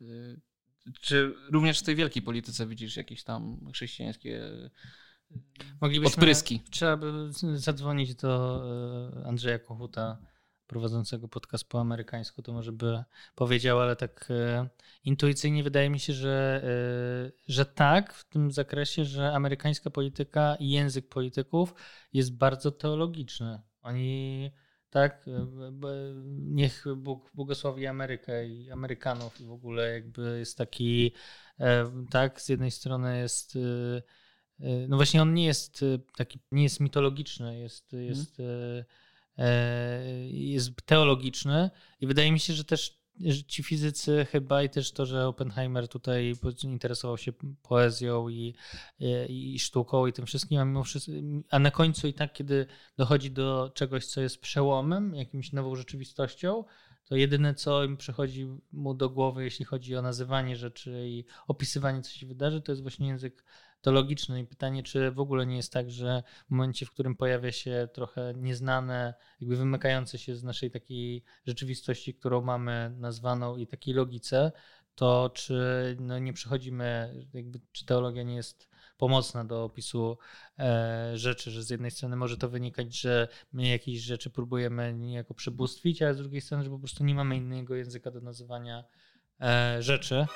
Czy również w tej wielkiej polityce widzisz jakieś tam chrześcijańskie odpryski? Trzeba by zadzwonić do Andrzeja Kochuta, prowadzącego podcast po amerykańsku, to może by powiedział, ale tak intuicyjnie wydaje mi się, że tak, w tym zakresie, że amerykańska polityka i język polityków jest bardzo teologiczny. Oni, tak, niech Bóg błogosławi Amerykę i Amerykanów i w ogóle jakby jest taki, tak, z jednej strony jest, no właśnie on nie jest taki, nie jest mitologiczny, jest teologiczny i wydaje mi się, że też że ci fizycy chyba i też to, że Oppenheimer tutaj interesował się poezją i sztuką i tym wszystkim, a mimo wszystko, a na końcu i tak, kiedy dochodzi do czegoś, co jest przełomem, jakimś nową rzeczywistością, to jedyne, co im przychodzi mu do głowy, jeśli chodzi o nazywanie rzeczy i opisywanie, co się wydarzy, to jest właśnie język teologiczny. I pytanie, czy w ogóle nie jest tak, że w momencie, w którym pojawia się trochę nieznane, jakby wymykające się z naszej takiej rzeczywistości, którą mamy nazwaną i takiej logice, to czy nie przechodzimy, jakby, czy teologia nie jest pomocna do opisu rzeczy, że z jednej strony może to wynikać, że my jakieś rzeczy próbujemy niejako przebóstwić, a z drugiej strony, że po prostu nie mamy innego języka do nazywania rzeczy.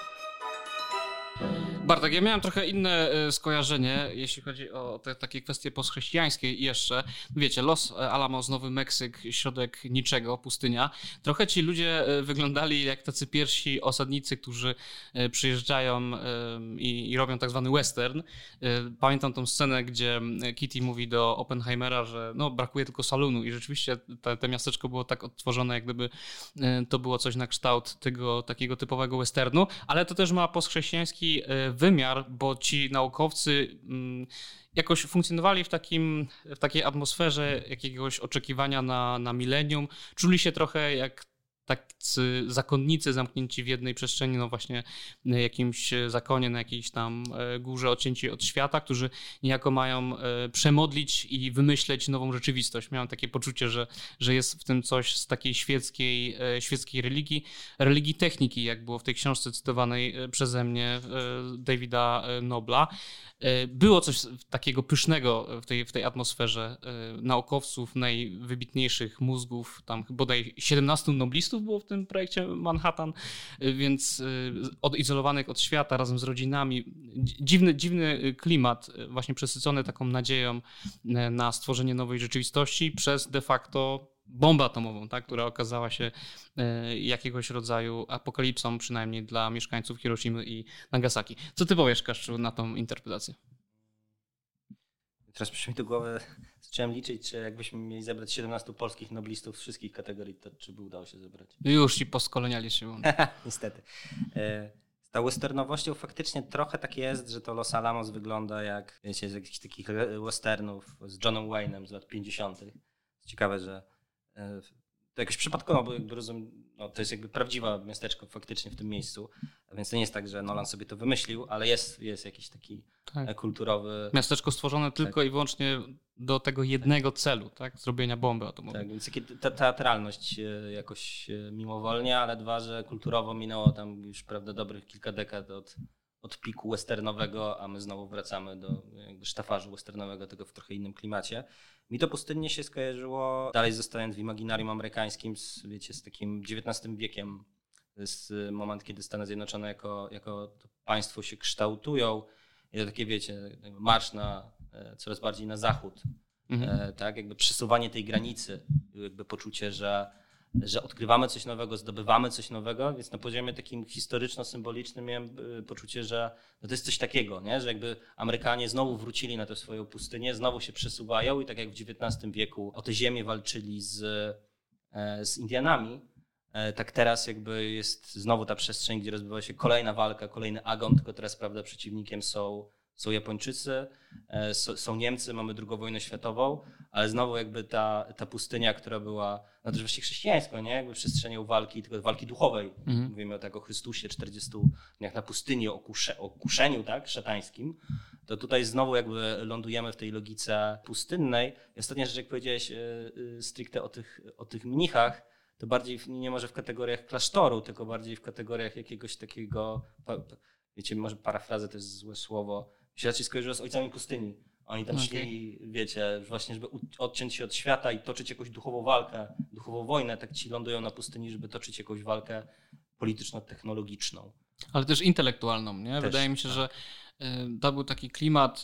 Bartek, ja miałem trochę inne skojarzenie, jeśli chodzi o te takie kwestie postchrześcijańskie i jeszcze, wiecie, Los Alamos, Nowy Meksyk, środek niczego, pustynia. Trochę ci ludzie wyglądali jak tacy pierwsi osadnicy, którzy przyjeżdżają i robią tak zwany western. Pamiętam tą scenę, gdzie Kitty mówi do Oppenheimera, że no, brakuje tylko salonu i rzeczywiście to miasteczko było tak odtworzone, jak gdyby to było coś na kształt tego takiego typowego westernu, ale to też ma postchrześcijański wymiar, bo ci naukowcy jakoś funkcjonowali w takiej atmosferze jakiegoś oczekiwania na milenium. Czuli się trochę jak tacy zakonnicy zamknięci w jednej przestrzeni, no właśnie na jakimś zakonie, na jakiejś tam górze odcięci od świata, którzy niejako mają przemodlić i wymyśleć nową rzeczywistość. Miałem takie poczucie, że jest w tym coś z takiej świeckiej religii techniki, jak było w tej książce cytowanej przeze mnie Davida Nobla. Było coś takiego pysznego w tej atmosferze naukowców, najwybitniejszych mózgów, tam bodaj 17 noblistów było w tym projekcie Manhattan, więc odizolowanych od świata razem z rodzinami. Dziwny klimat, właśnie przesycony taką nadzieją na stworzenie nowej rzeczywistości przez de facto bombę atomową, tak, która okazała się jakiegoś rodzaju apokalipsą, przynajmniej dla mieszkańców Hiroshimy i Nagasaki. Co ty powiesz, Kaszczu, na tą interpretację? Teraz przyszło mi do głowy, zacząłem liczyć, czy jakbyśmy mieli zebrać 17 polskich noblistów z wszystkich kategorii, to czy by udało się zebrać? Już ci poskolonialiśmy. Niestety. Z tą westernowością faktycznie trochę tak jest, że to Los Alamos wygląda jak, wiecie, z jakichś takich westernów z Johnem Wayne'em z lat 50. Ciekawe, że to jakoś przypadkowo, bo jakby rozumiem, no to jest jakby prawdziwe miasteczko faktycznie w tym miejscu, więc to nie jest tak, że Nolan sobie to wymyślił, ale jest jakiś taki kulturowy... Miasteczko stworzone tylko i wyłącznie do tego jednego celu, tak? Zrobienia bomby atomowej. Tak, więc ta teatralność jakoś mimowolnie, ale dwa, że kulturowo minęło tam już prawda dobrych kilka dekad od piku westernowego, a my znowu wracamy do jakby sztafarzu westernowego, tego w trochę innym klimacie. Mi to pustynnie się skojarzyło, dalej zostając w imaginarium amerykańskim, z takim XIX wiekiem. To jest moment, kiedy Stany Zjednoczone jako to państwo się kształtują i to takie, wiecie, marsz coraz bardziej na zachód. Tak, jakby przesuwanie tej granicy, jakby poczucie, że odkrywamy coś nowego, zdobywamy coś nowego, więc na poziomie takim historyczno-symbolicznym miałem poczucie, że no to jest coś takiego, nie? Że jakby Amerykanie znowu wrócili na tę swoją pustynię, znowu się przesuwają i tak jak w XIX wieku o tę ziemię walczyli z Indianami, tak teraz jakby jest znowu ta przestrzeń, gdzie rozbywa się kolejna walka, kolejny agon, tylko teraz prawda przeciwnikiem są Japończycy, są Niemcy, mamy II wojnę światową, ale znowu jakby ta pustynia, która była no też właściwie chrześcijańską, nie? Jakby przestrzenią walki, tylko walki duchowej. Mówimy o Chrystusie, 40 dniach na pustyni, o kuszeniu, tak? Szatańskim. To tutaj znowu jakby lądujemy w tej logice pustynnej. I ostatnia rzecz, jak powiedziałeś stricte o tych mnichach, to bardziej nie może w kategoriach klasztoru, tylko bardziej w kategoriach jakiegoś takiego, wiecie, może parafraza to jest złe słowo, się raczej skojarzyło z ojcami pustyni. Oni tam szli, wiecie, właśnie, żeby odciąć się od świata i toczyć jakąś duchową walkę, duchową wojnę, tak ci lądują na pustyni, żeby toczyć jakąś walkę polityczno-technologiczną. Ale też intelektualną, nie? Wydaje mi się, że to był taki klimat,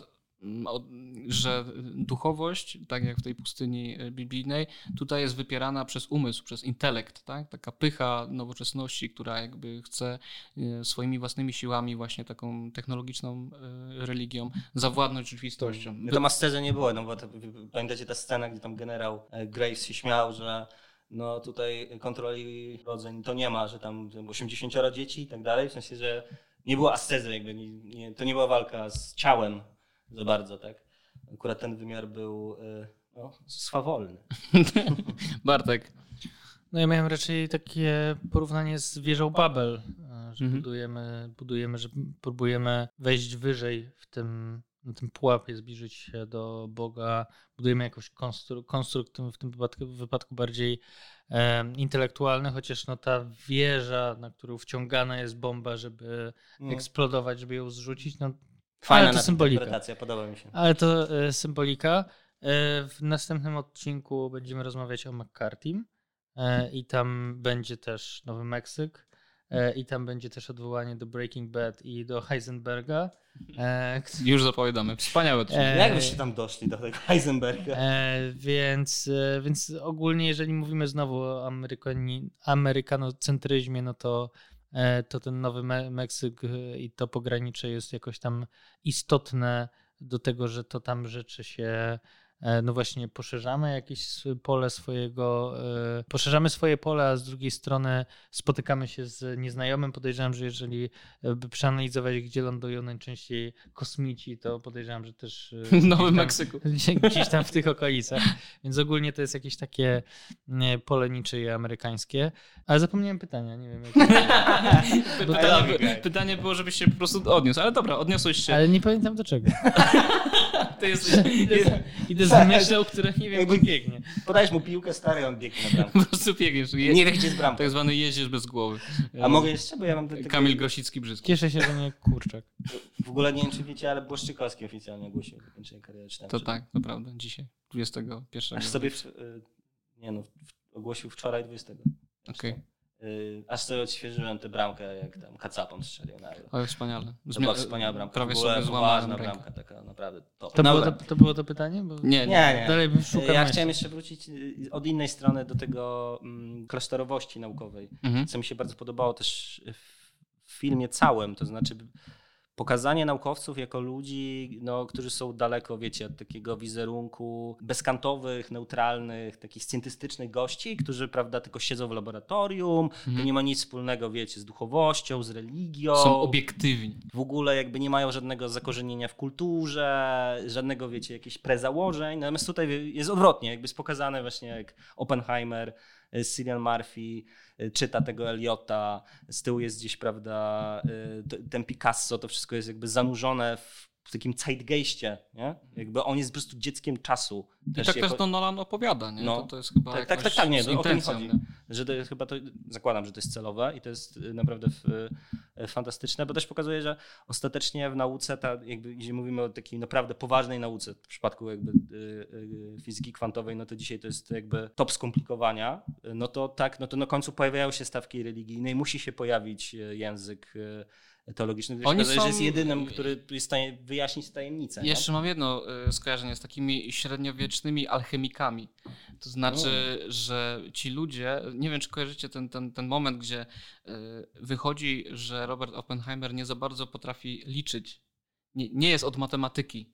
że duchowość, tak jak w tej pustyni biblijnej, tutaj jest wypierana przez umysł, przez intelekt, tak? Taka pycha nowoczesności, która jakby chce swoimi własnymi siłami, właśnie taką technologiczną religią zawładnąć rzeczywistością. To ma sceny nie było, no bo pamiętacie tę scenę, gdzie tam generał Graves się śmiał, że no tutaj kontroli rodzeń to nie ma, że tam 80 dzieci i tak dalej, w sensie, że nie było ascezy, jakby to nie była walka z ciałem za bardzo, tak? Akurat ten wymiar był swawolny. Bartek. No ja miałem raczej takie porównanie z wieżą Babel, że budujemy, że próbujemy wejść wyżej na tym pułapie, zbliżyć się do Boga, budujemy jakoś konstrukt w tym wypadku bardziej intelektualny, chociaż no ta wieża, na którą wciągana jest bomba, żeby eksplodować, żeby ją zrzucić, no fajna interpretacja, podoba mi się. Ale to symbolika. W następnym odcinku będziemy rozmawiać o McCarthy'm i tam będzie też Nowy Meksyk i tam będzie też odwołanie do Breaking Bad i do Heisenberga. Już zapowiadamy. Wspaniałe odcinek. Jak byście tam doszli do tego Heisenberga? Więc ogólnie, jeżeli mówimy znowu o amerykanocentryzmie, no to ten Nowy Meksyk i to pogranicze jest jakoś tam istotne do tego, że to tam rzeczy się, no właśnie poszerzamy jakieś pole poszerzamy swoje pole, a z drugiej strony spotykamy się z nieznajomym. Podejrzewam, że jeżeli by przeanalizować, gdzie lądują najczęściej kosmici, to podejrzewam, że też w Nowym Meksyku. Gdzieś tam w tych okolicach. Więc ogólnie to jest jakieś takie pole niczyje amerykańskie. Ale zapomniałem pytania, nie wiem. Pytanie było, żebyś się po prostu odniósł. Ale dobra, odniosłeś się. Ale nie pamiętam do czego. To jest... Idę za myślą, która nie wiem, jak biegnie. Podajesz mu piłkę, stary, on biegnie na bramkę. Po prostu biegniesz. Nie wie, gdzie jest bramka. Tak zwany jeździsz bez głowy. A mogę jeszcze, bo ja mam... Kamil Grosicki-Brzydki. Cieszę się, że nie Kurczak. W ogóle nie wiem, czy wiecie, ale Błaszczykowski oficjalnie ogłosił zakończenie kariery. To tak, to prawda. Dzisiaj, 21. Aż sobie ogłosił wczoraj 20. Okej. Aż sobie odświeżyłem tę bramkę, jak tam Kacapon strzelił. Ale wspaniale. To była wspaniała bramka. Prawie sobie złamałem bramka, taka naprawdę top. To było to pytanie? Bo nie. Dalej szukam ja chciałem jeszcze wrócić od innej strony do tego klasztorowości naukowej, co mi się bardzo podobało też w filmie całym, to znaczy pokazanie naukowców jako ludzi, którzy są daleko, wiecie, od takiego wizerunku bezkantowych, neutralnych, takich scientystycznych gości, którzy, prawda, tylko siedzą w laboratorium, to nie ma nic wspólnego, wiecie, z duchowością, z religią. Są obiektywni. W ogóle jakby nie mają żadnego zakorzenienia w kulturze, żadnego, wiecie, jakichś prezałożeń. Natomiast tutaj jest odwrotnie, jakby jest pokazane właśnie jak Oppenheimer, Cillian Murphy czyta tego Eliota, z tyłu jest gdzieś, prawda, ten Picasso, to wszystko jest jakby zanurzone w takim zeitgeistie, nie? Jakby on jest po prostu dzieckiem czasu. I tak też to Nolan opowiada, nie? To jest chyba tak, nie, o to mi chodzi. Nie? Że to jest chyba zakładam, że to jest celowe i to jest naprawdę fantastyczne, bo też pokazuje, że ostatecznie w nauce, jakby jeśli mówimy o takiej naprawdę poważnej nauce, w przypadku jakby fizyki kwantowej, to dzisiaj to jest jakby top skomplikowania, to na końcu pojawiają się stawki religijne i musi się pojawić język teologiczny, który jest jedynym, który jest w stanie wyjaśnić tajemnicę. Jeszcze mam jedno skojarzenie z takimi średniowiecznymi alchemikami. To znaczy, że ci ludzie, nie wiem, czy kojarzycie ten moment, gdzie wychodzi, że Robert Oppenheimer nie za bardzo potrafi liczyć. Nie jest od matematyki,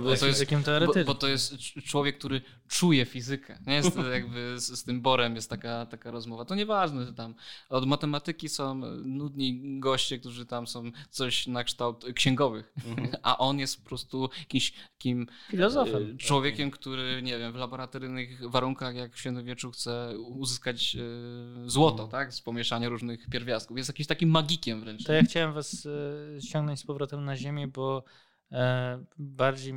bo to jest człowiek, który czuje fizykę. Nie jest jakby z tym Borem jest taka rozmowa. To nieważne, że tam od matematyki są nudni goście, którzy tam są coś na kształt księgowych, a on jest po prostu jakimś takim filozofem, człowiekiem, który, nie wiem, w laboratoryjnych warunkach, jak w średniowieczu chce uzyskać złoto, tak, z pomieszania różnych pierwiastków. Jest jakimś takim magikiem wręcz. To ja chciałem was ściągnąć z powrotem na ziemię, bo bardziej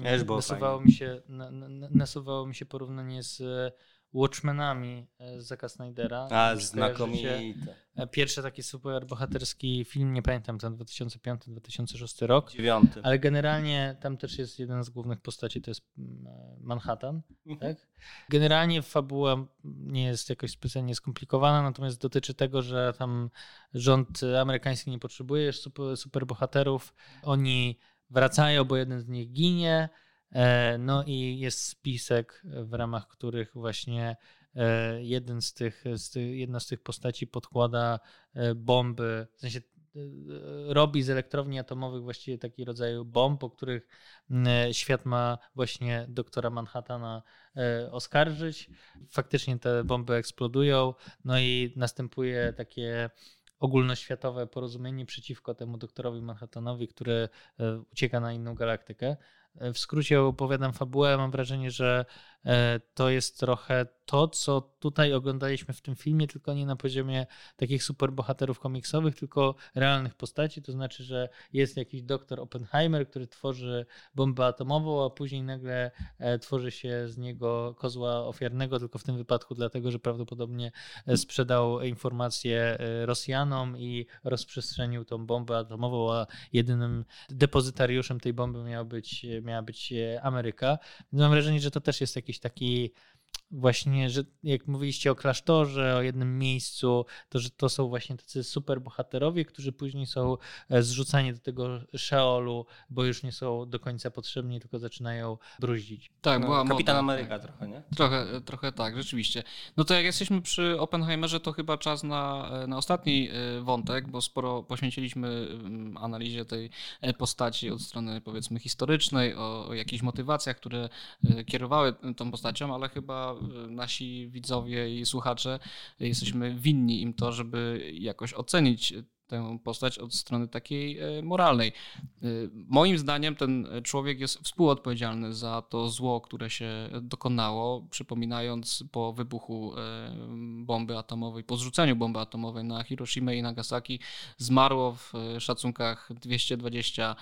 nasuwało mi się porównanie z Watchmenami Zacka Snydera. Znakomite. Pierwszy taki super bohaterski film, nie pamiętam, ten 2005-2006 rok. 9. Ale generalnie tam też jest jeden z głównych postaci, to jest Manhattan. Tak? Generalnie fabuła nie jest jakoś specjalnie skomplikowana, natomiast dotyczy tego, że tam rząd amerykański nie potrzebuje już super bohaterów. Oni wracają, bo jeden z nich ginie. No i jest spisek, w ramach których właśnie jedna z tych postaci podkłada bomby, w sensie robi z elektrowni atomowych właściwie taki rodzaj bomb, o których świat ma właśnie doktora Manhattana oskarżyć. Faktycznie te bomby eksplodują, no i następuje takie ogólnoświatowe porozumienie przeciwko temu doktorowi Manhattanowi, który ucieka na inną galaktykę. W skrócie opowiadam fabułę. Mam wrażenie, że to jest trochę to, co tutaj oglądaliśmy w tym filmie, tylko nie na poziomie takich superbohaterów komiksowych, tylko realnych postaci. To znaczy, że jest jakiś doktor Oppenheimer, który tworzy bombę atomową, a później nagle tworzy się z niego kozła ofiarnego, tylko w tym wypadku dlatego, że prawdopodobnie sprzedał informacje Rosjanom i rozprzestrzenił tą bombę atomową, a jedynym depozytariuszem tej bomby miała być Ameryka. Więc mam wrażenie, że to też jest jakiś taki właśnie, że jak mówiliście o klasztorze, o jednym miejscu, to że to są właśnie tacy super bohaterowie, którzy później są zrzucani do tego Szeolu, bo już nie są do końca potrzebni, tylko zaczynają bruździć. Tak, była Kapitan moda. Ameryka trochę, nie? Trochę tak, rzeczywiście. No to jak jesteśmy przy Oppenheimerze, to chyba czas na ostatni wątek, bo sporo poświęciliśmy analizie tej postaci od strony, powiedzmy, historycznej, o jakichś motywacjach, które kierowały tą postacią, ale chyba nasi widzowie i słuchacze jesteśmy winni im to, żeby jakoś ocenić tę postać od strony takiej moralnej. Moim zdaniem ten człowiek jest współodpowiedzialny za to zło, które się dokonało, przypominając po wybuchu bomby atomowej, po zrzuceniu bomby atomowej na Hiroshimę i Nagasaki zmarło w szacunkach 220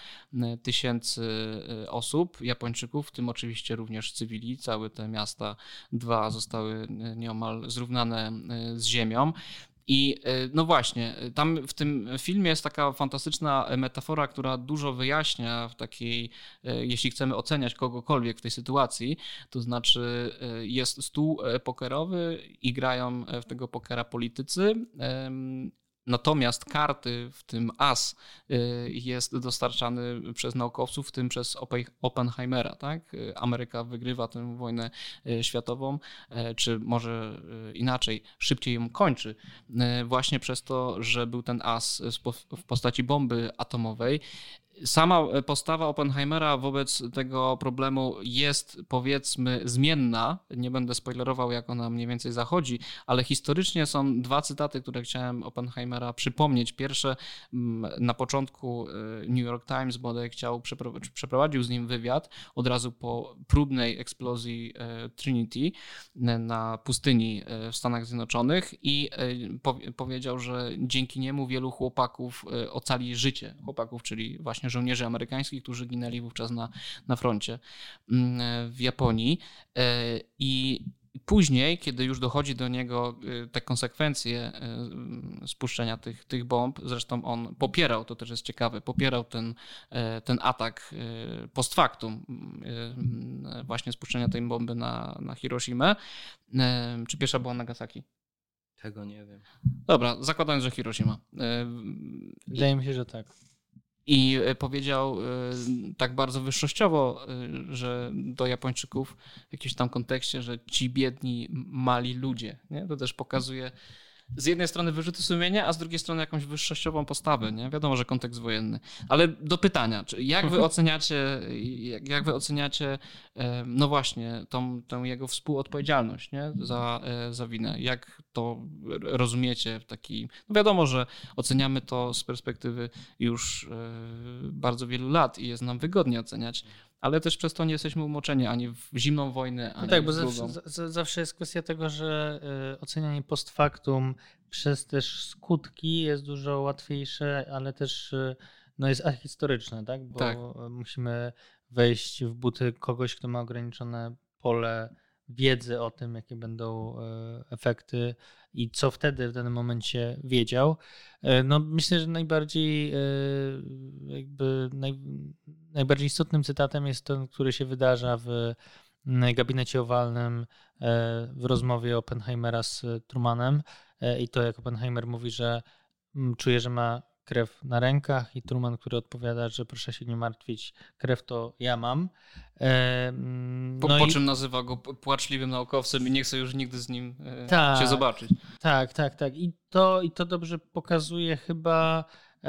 tysięcy osób, Japończyków, w tym oczywiście również cywili. Całe te miasta, 2 zostały nieomal zrównane z ziemią. I no właśnie, tam w tym filmie jest taka fantastyczna metafora, która dużo wyjaśnia w takiej, jeśli chcemy oceniać kogokolwiek w tej sytuacji, to znaczy jest stół pokerowy i grają w tego pokera politycy. Natomiast karty, w tym as, jest dostarczany przez naukowców, w tym przez Oppenheimera. Tak? Ameryka wygrywa tę wojnę światową, czy może inaczej, szybciej ją kończy, właśnie przez to, że był ten as w postaci bomby atomowej. Sama postawa Oppenheimera wobec tego problemu jest, powiedzmy, zmienna. Nie będę spoilerował, jak ona mniej więcej zachodzi, ale historycznie są 2 cytaty, które chciałem Oppenheimera przypomnieć. Pierwsze, na początku New York Times bodaj przeprowadził z nim wywiad od razu po próbnej eksplozji Trinity na pustyni w Stanach Zjednoczonych i powiedział, że dzięki niemu wielu chłopaków ocali życie. Chłopaków, czyli właśnie żołnierzy amerykańskich, którzy ginęli wówczas na froncie w Japonii. I później, kiedy już dochodzi do niego te konsekwencje spuszczenia tych bomb, zresztą on popierał, to też jest ciekawe, popierał ten atak post factum, właśnie spuszczenia tej bomby na Hiroshimę. Czy pierwsza była Nagasaki? Tego nie wiem. Dobra, zakładając, że Hiroshima. Wydaje mi się, że tak. I powiedział tak bardzo wyższościowo, że do Japończyków w jakimś tam kontekście, że ci biedni, mali ludzie. Nie? To też pokazuje z jednej strony wyrzuty sumienia, a z drugiej strony jakąś wyższościową postawę. Nie? Wiadomo, że kontekst wojenny. Ale do pytania, jak wy oceniacie no właśnie tą jego współodpowiedzialność, nie? Za winę? Jak to rozumiecie w taki... No wiadomo, że oceniamy to z perspektywy już bardzo wielu lat i jest nam wygodnie oceniać, ale też przez to nie jesteśmy umoczeni ani w zimną wojnę, ani tak, w bo drugą. zawsze jest kwestia tego, że ocenianie post factum przez też skutki jest dużo łatwiejsze, ale też no, jest ahistoryczne, tak? Bo tak. Musimy wejść w buty kogoś, kto ma ograniczone pole wiedzy o tym, jakie będą efekty i co wtedy w danym momencie wiedział. No, myślę, że najbardziej najbardziej istotnym cytatem jest ten, który się wydarza w gabinecie owalnym w rozmowie Oppenheimera z Trumanem i to jak Oppenheimer mówi, że czuje, że ma krew na rękach i Truman, który odpowiada, że proszę się nie martwić, krew to ja mam. Po czym nazywa go płaczliwym naukowcem i nie chce już nigdy z nim się zobaczyć. Tak. I to dobrze pokazuje chyba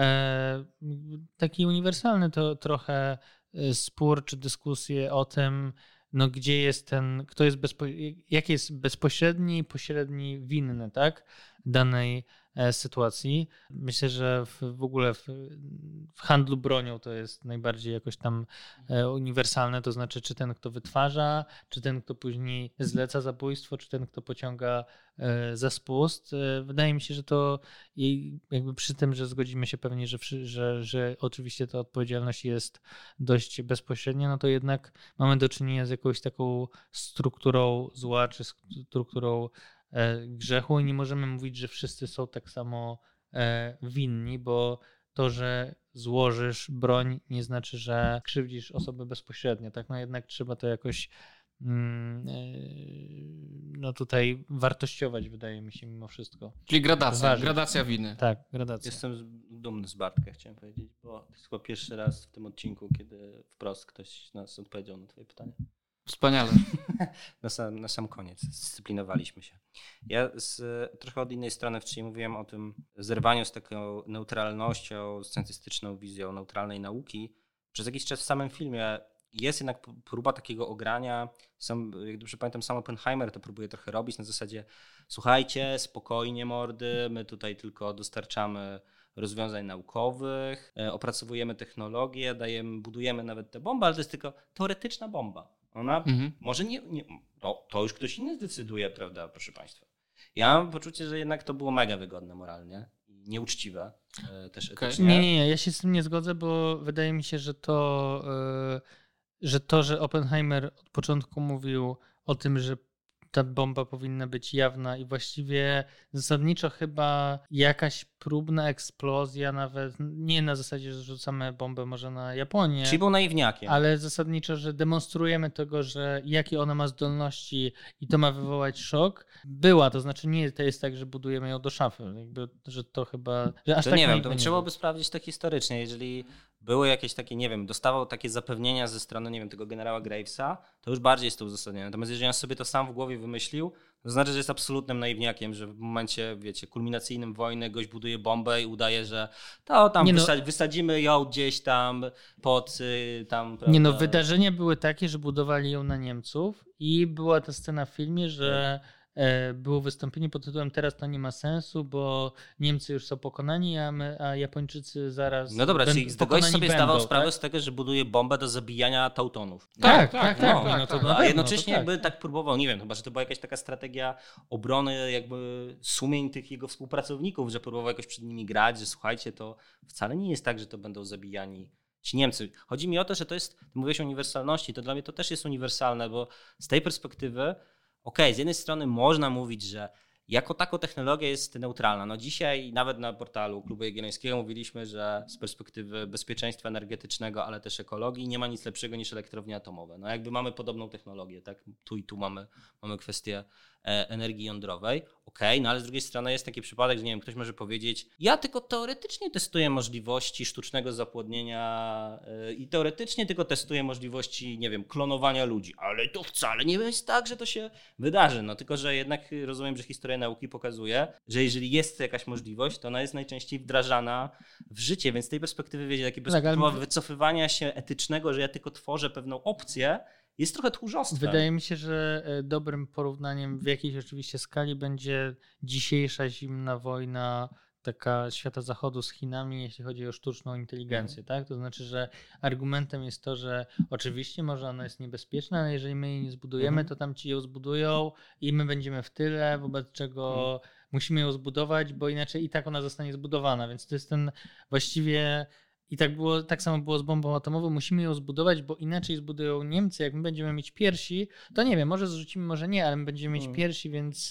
taki uniwersalny to trochę spór czy dyskusję o tym, no gdzie jest ten, kto jest jaki jest bezpośredni i pośredni winny, tak, danej sytuacji. Myślę, że w ogóle w handlu bronią to jest najbardziej jakoś tam uniwersalne, to znaczy czy ten, kto wytwarza, czy ten, kto później zleca zabójstwo, czy ten, kto pociąga za spust. Wydaje mi się, że to jakby przy tym, że zgodzimy się pewnie, że oczywiście ta odpowiedzialność jest dość bezpośrednia, no to jednak mamy do czynienia z jakąś taką strukturą zła, czy strukturą grzechu i nie możemy mówić, że wszyscy są tak samo winni, bo to, że złożysz broń nie znaczy, że krzywdzisz osobę bezpośrednio, tak? No jednak trzeba to jakoś no tutaj wartościować, wydaje mi się, mimo wszystko. Czyli gradacja winy. Tak, gradacja. Jestem dumny z Bartka, chciałem powiedzieć, bo to jest chyba pierwszy raz w tym odcinku, kiedy wprost ktoś nas odpowiedział na twoje pytanie. Wspaniale. Na sam koniec zdyscyplinowaliśmy się. Ja trochę od innej strony wcześniej mówiłem o tym zerwaniu z taką neutralnością, z scientystyczną wizją neutralnej nauki. Przez jakiś czas w samym filmie jest jednak próba takiego ogrania. Jak dobrze pamiętam, sam Oppenheimer to próbuje trochę robić na zasadzie słuchajcie, spokojnie mordy, my tutaj tylko dostarczamy rozwiązań naukowych, opracowujemy technologię, budujemy nawet tę bombę, ale to jest tylko teoretyczna bomba. Ona może nie to już ktoś inny zdecyduje, prawda, proszę Państwa. Ja mam poczucie, że jednak to było mega wygodne moralnie i nieuczciwe też etycznie. Nie, ja się z tym nie zgodzę, bo wydaje mi się, że że Oppenheimer od początku mówił o tym, że ta bomba powinna być jawna i właściwie zasadniczo chyba jakaś próbna eksplozja, nawet nie na zasadzie, że rzucamy bombę może na Japonię. Czyli był naiwniakiem. Ale zasadniczo, że demonstrujemy tego, że jakie ona ma zdolności i to ma wywołać szok. Była, to znaczy nie to jest tak, że budujemy ją do szafy. Jakby, że to chyba... Że aż to tak nie wiem, to nie trzeba było. by sprawdzić to historycznie. Jeżeli były jakieś takie, nie wiem, dostawał takie zapewnienia ze strony, nie wiem, tego generała Gravesa, to już bardziej jest to uzasadnione. Natomiast jeżeli on sobie to sam w głowie wymyślił, to znaczy, że jest absolutnym naiwniakiem, że w momencie, wiecie, kulminacyjnym wojny gość buduje bombę i udaje, że to tam wysadzimy ją gdzieś tam pod tam, prawda? Nie no, wydarzenia były takie, że budowali ją na Niemców i była ta scena w filmie, że było wystąpienie pod tytułem "Teraz to nie ma sensu, bo Niemcy już są pokonani, a Japończycy zaraz No dobra, czyli gość sobie zdawał sprawę tak? z tego, że buduje bombę do zabijania Teutonów. Tak. A jednocześnie jakby tak próbował, nie wiem, chyba, że to była jakaś taka strategia obrony jakby sumień tych jego współpracowników, że próbował jakoś przed nimi grać, że słuchajcie, to wcale nie jest tak, że to będą zabijani ci Niemcy. Chodzi mi o to, że to jest, mówiłeś o uniwersalności, to dla mnie to też jest uniwersalne, bo z tej perspektywy z jednej strony można mówić, że jako tako technologia jest neutralna. No dzisiaj nawet na portalu Klubu Jagiellońskiego mówiliśmy, że z perspektywy bezpieczeństwa energetycznego, ale też ekologii nie ma nic lepszego niż elektrownie atomowe. No jakby mamy podobną technologię, tak? Tu i tu mamy kwestię energii jądrowej. No ale z drugiej strony jest taki przypadek, że nie wiem, ktoś może powiedzieć, ja tylko teoretycznie testuję możliwości sztucznego zapłodnienia i teoretycznie tylko testuję możliwości, nie wiem, klonowania ludzi, ale to wcale nie jest tak, że to się wydarzy. No tylko, że jednak rozumiem, że historia nauki pokazuje, że jeżeli jest jakaś możliwość, to ona jest najczęściej wdrażana w życie, więc z tej perspektywy, wiecie, takie perspektywa wycofywania się etycznego, że ja tylko tworzę pewną opcję, jest trochę tchórzostwem. Wydaje mi się, że dobrym porównaniem w jakiejś oczywiście skali będzie dzisiejsza zimna wojna taka świata zachodu z Chinami, jeśli chodzi o sztuczną inteligencję, tak? To znaczy, że argumentem jest to, że oczywiście może ona jest niebezpieczna, ale jeżeli my jej nie zbudujemy, to tam ci ją zbudują i my będziemy w tyle, wobec czego musimy ją zbudować, bo inaczej i tak ona zostanie zbudowana, więc to jest ten właściwie... I tak samo było z bombą atomową. Musimy ją zbudować, bo inaczej zbudują Niemcy. Jak my będziemy mieć pierwsi, to nie wiem, może zrzucimy, może nie, ale my będziemy mieć pierwsi,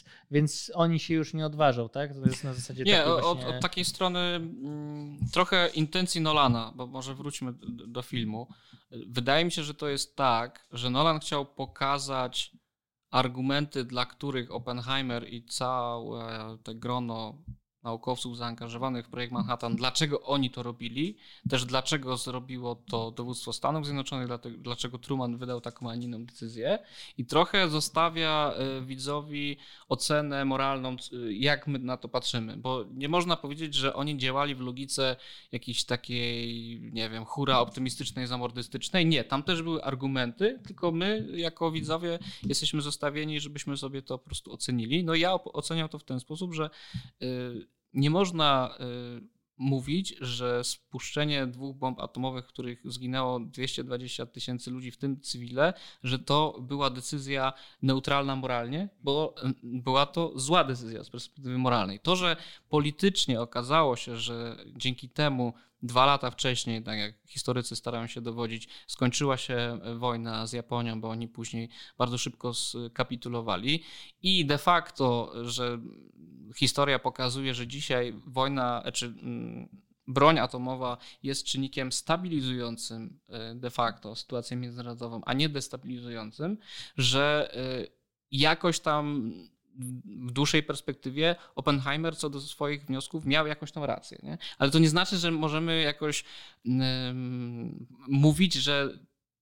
więc oni się już nie odważą, tak? To jest na zasadzie od takiej strony trochę intencji Nolana, bo może wróćmy do filmu. Wydaje mi się, że to jest tak, że Nolan chciał pokazać argumenty, dla których Oppenheimer i całe te grono naukowców zaangażowanych w projekt Manhattan, dlaczego oni to robili, też dlaczego zrobiło to dowództwo Stanów Zjednoczonych, dlaczego Truman wydał taką, a nie inną decyzję i trochę zostawia widzowi ocenę moralną, jak my na to patrzymy, bo nie można powiedzieć, że oni działali w logice jakiejś takiej, nie wiem, hura optymistycznej, zamordystycznej. Nie, tam też były argumenty, tylko my jako widzowie jesteśmy zostawieni, żebyśmy sobie to po prostu ocenili. No ja oceniam to w ten sposób, że nie można mówić, że spuszczenie 2 bomb atomowych, w których zginęło 220 000 ludzi, w tym cywile, że to była decyzja neutralna moralnie, bo była to zła decyzja z perspektywy moralnej. To, że politycznie okazało się, że dzięki temu 2 lata wcześniej, tak jak historycy starają się dowodzić, skończyła się wojna z Japonią, bo oni później bardzo szybko skapitulowali i de facto, że historia pokazuje, że dzisiaj broń atomowa jest czynnikiem stabilizującym de facto sytuację międzynarodową, a nie destabilizującym, że jakoś tam w dłuższej perspektywie Oppenheimer co do swoich wniosków miał jakąś tą rację. Nie? Ale to nie znaczy, że możemy jakoś mówić, że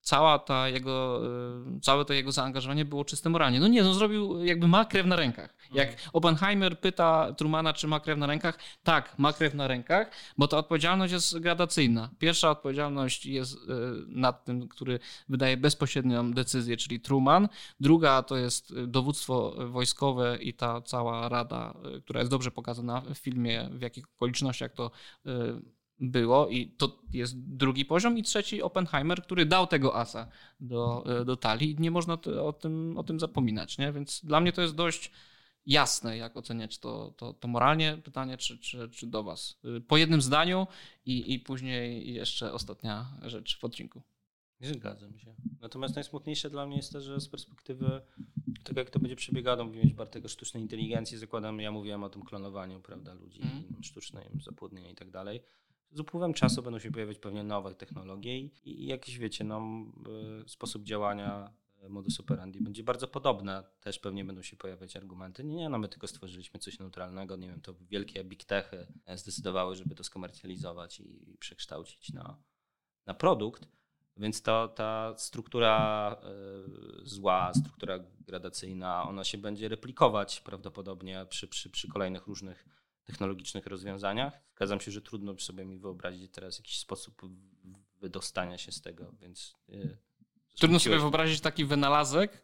całe to jego zaangażowanie było czyste moralnie. No nie, on zrobił, jakby ma krew na rękach. Jak Oppenheimer pyta Trumana, czy ma krew na rękach, tak, ma krew na rękach, bo ta odpowiedzialność jest gradacyjna. Pierwsza odpowiedzialność jest nad tym, który wydaje bezpośrednią decyzję, czyli Truman. Druga to jest dowództwo wojskowe i ta cała rada, która jest dobrze pokazana w filmie, w jakich okolicznościach to było i to jest drugi poziom i trzeci Oppenheimer, który dał tego asa do talii i nie można o tym zapominać, nie? Więc dla mnie to jest dość jasne, jak oceniać to moralnie. Pytanie, czy do was. Po jednym zdaniu i później jeszcze ostatnia rzecz w odcinku. Zgadzam się. Natomiast najsmutniejsze dla mnie jest to, że z perspektywy tego, jak to będzie przebiegało, mówiłeś Bartek o sztucznej inteligencji, zakładam, ja mówiłem o tym klonowaniu, prawda, ludzi, sztucznym zapłodnieniu i tak dalej. Z upływem czasu będą się pojawiać pewnie nowe technologie i jakiś, wiecie, sposób działania, modus operandi będzie bardzo podobny. Też pewnie będą się pojawiać argumenty. Nie, my tylko stworzyliśmy coś neutralnego, nie wiem, to wielkie big techy zdecydowały, żeby to skomercjalizować i przekształcić na produkt. Więc ta struktura zła, struktura gradacyjna, ona się będzie replikować prawdopodobnie przy kolejnych różnych technologicznych rozwiązaniach. Zgadzam się, że trudno sobie mi wyobrazić teraz jakiś sposób wydostania się z tego, więc... Trudno sobie wyobrazić taki wynalazek,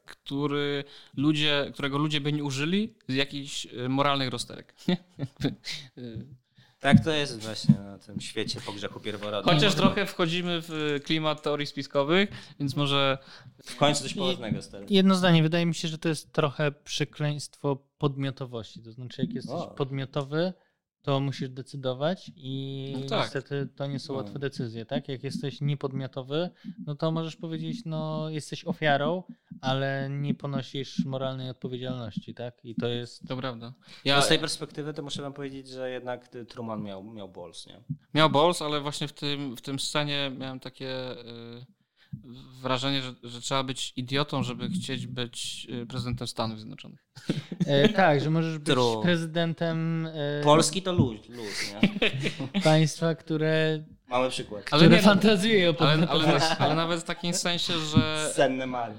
którego ludzie by nie użyli z jakichś moralnych rozterek. Tak to jest właśnie na tym świecie po grzechu pierworodnym. Chociaż trochę wchodzimy w klimat teorii spiskowych, więc może... W końcu coś poważnego stary. Jedno zdanie. Wydaje mi się, że to jest trochę przekleństwo podmiotowości. To znaczy, jak jesteś podmiotowy, to musisz decydować i niestety to nie są łatwe decyzje, tak? Jak jesteś niepodmiotowy, no to możesz powiedzieć, jesteś ofiarą, ale nie ponosisz moralnej odpowiedzialności, tak? I to jest... To prawda. Z tej perspektywy to muszę wam powiedzieć, że jednak Truman miał balls, nie? Miał balls, ale właśnie w tym scenie miałem takie wrażenie, że trzeba być idiotą, żeby chcieć być prezydentem Stanów Zjednoczonych. Tak, że możesz być prezydentem... Polski to luz, nie? Państwa, które... Mały przykład. Które fantazjuje o ale nawet w takim sensie, że... Senne Mary.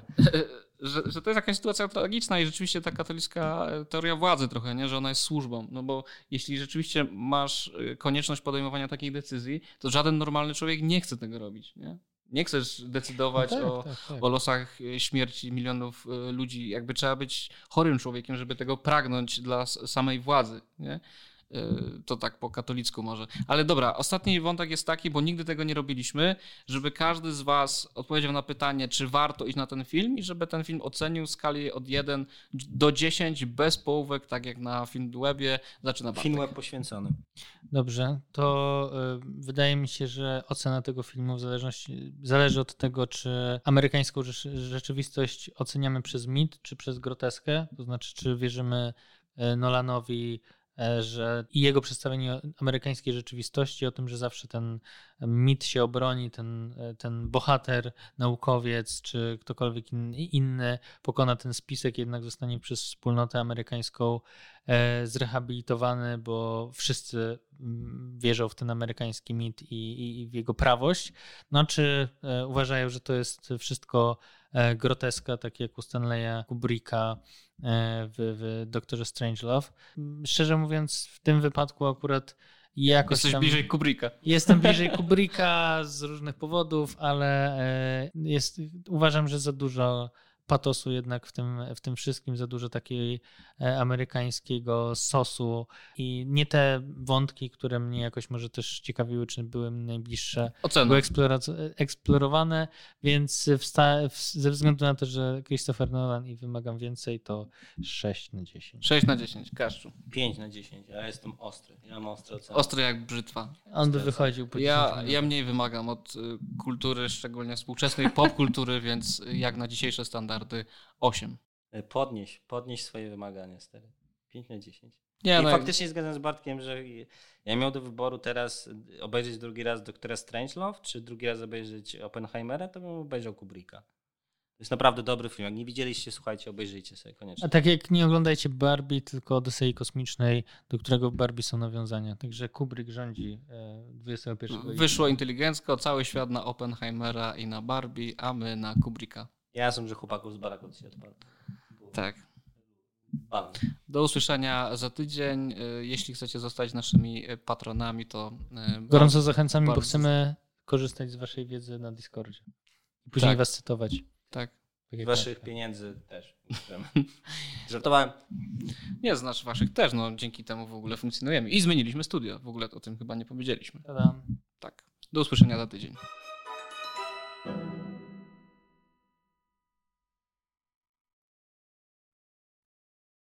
Że to jest jakaś sytuacja tragiczna i rzeczywiście ta katolicka teoria władzy trochę, nie? Że ona jest służbą. No bo jeśli rzeczywiście masz konieczność podejmowania takich decyzji, to żaden normalny człowiek nie chce tego robić, nie? Nie chcesz decydować o losach śmierci milionów ludzi. Jakby trzeba być chorym człowiekiem, żeby tego pragnąć dla samej władzy, nie? To tak po katolicku może. Ale dobra, ostatni wątek jest taki, bo nigdy tego nie robiliśmy, żeby każdy z was odpowiedział na pytanie, czy warto iść na ten film i żeby ten film ocenił w skali od 1 do 10 bez połówek, tak jak na Filmwebie. Zaczyna Bartek. Filmweb poświęcony. Dobrze, to wydaje mi się, że ocena tego filmu zależy od tego, czy amerykańską rzeczywistość oceniamy przez mit, czy przez groteskę, to znaczy, czy wierzymy Nolanowi, że i jego przedstawienie amerykańskiej rzeczywistości, o tym, że zawsze ten mit się obroni, ten bohater, naukowiec czy ktokolwiek inny pokona ten spisek, jednak zostanie przez wspólnotę amerykańską zrehabilitowany, bo wszyscy wierzą w ten amerykański mit i w jego prawość. No czy uważają, że to jest wszystko groteska, tak jak u Stanleya Kubricka w Doktorze Strangelove. Szczerze mówiąc, w tym wypadku akurat jesteś bliżej Kubricka. Jestem bliżej Kubricka z różnych powodów, ale uważam, że za dużo patosu jednak w tym wszystkim, za dużo takiej amerykańskiego sosu i nie te wątki, które mnie jakoś może też ciekawiły, czy były mi najbliższe, były eksplorowane, więc ze względu na to, że Christopher Nolan i wymagam więcej, to 6 na 10. 6 na 10, Kaszczu. 5 na 10, ja jestem ostry. Ja mam ostre oceny. Ostry jak brzytwa. On by wychodził po 10 minut. Ja mniej wymagam od kultury, szczególnie współczesnej popkultury, więc jak na dzisiejsze standardy 8. Podnieś swoje wymagania, stary. 5 na 10. Nie, faktycznie zgadzam z Bartkiem, że ja miał do wyboru teraz obejrzeć drugi raz Doktora Strangelove, czy drugi raz obejrzeć Oppenheimera, to bym obejrzał Kubricka. To jest naprawdę dobry film. Jak nie widzieliście, słuchajcie, obejrzyjcie sobie koniecznie. A tak jak nie oglądajcie Barbie, tylko Odysei Kosmicznej, do którego w Barbie są nawiązania. Także Kubrick rządzi 21. Wyszło inteligencko, cały świat na Oppenheimera i na Barbie, a my na Kubricka. Ja sądzę, że chłopaków z baraku się odpadł. Tak. Do usłyszenia za tydzień. Jeśli chcecie zostać naszymi patronami, to gorąco zachęcamy, bo chcemy korzystać z waszej wiedzy na Discordzie. I później was cytować. Tak. Z waszych pieniędzy też. Żartowałem. Nie, z waszych też. No, dzięki temu w ogóle funkcjonujemy. I zmieniliśmy studio. W ogóle o tym chyba nie powiedzieliśmy. Ta-dam. Tak. Do usłyszenia za tydzień.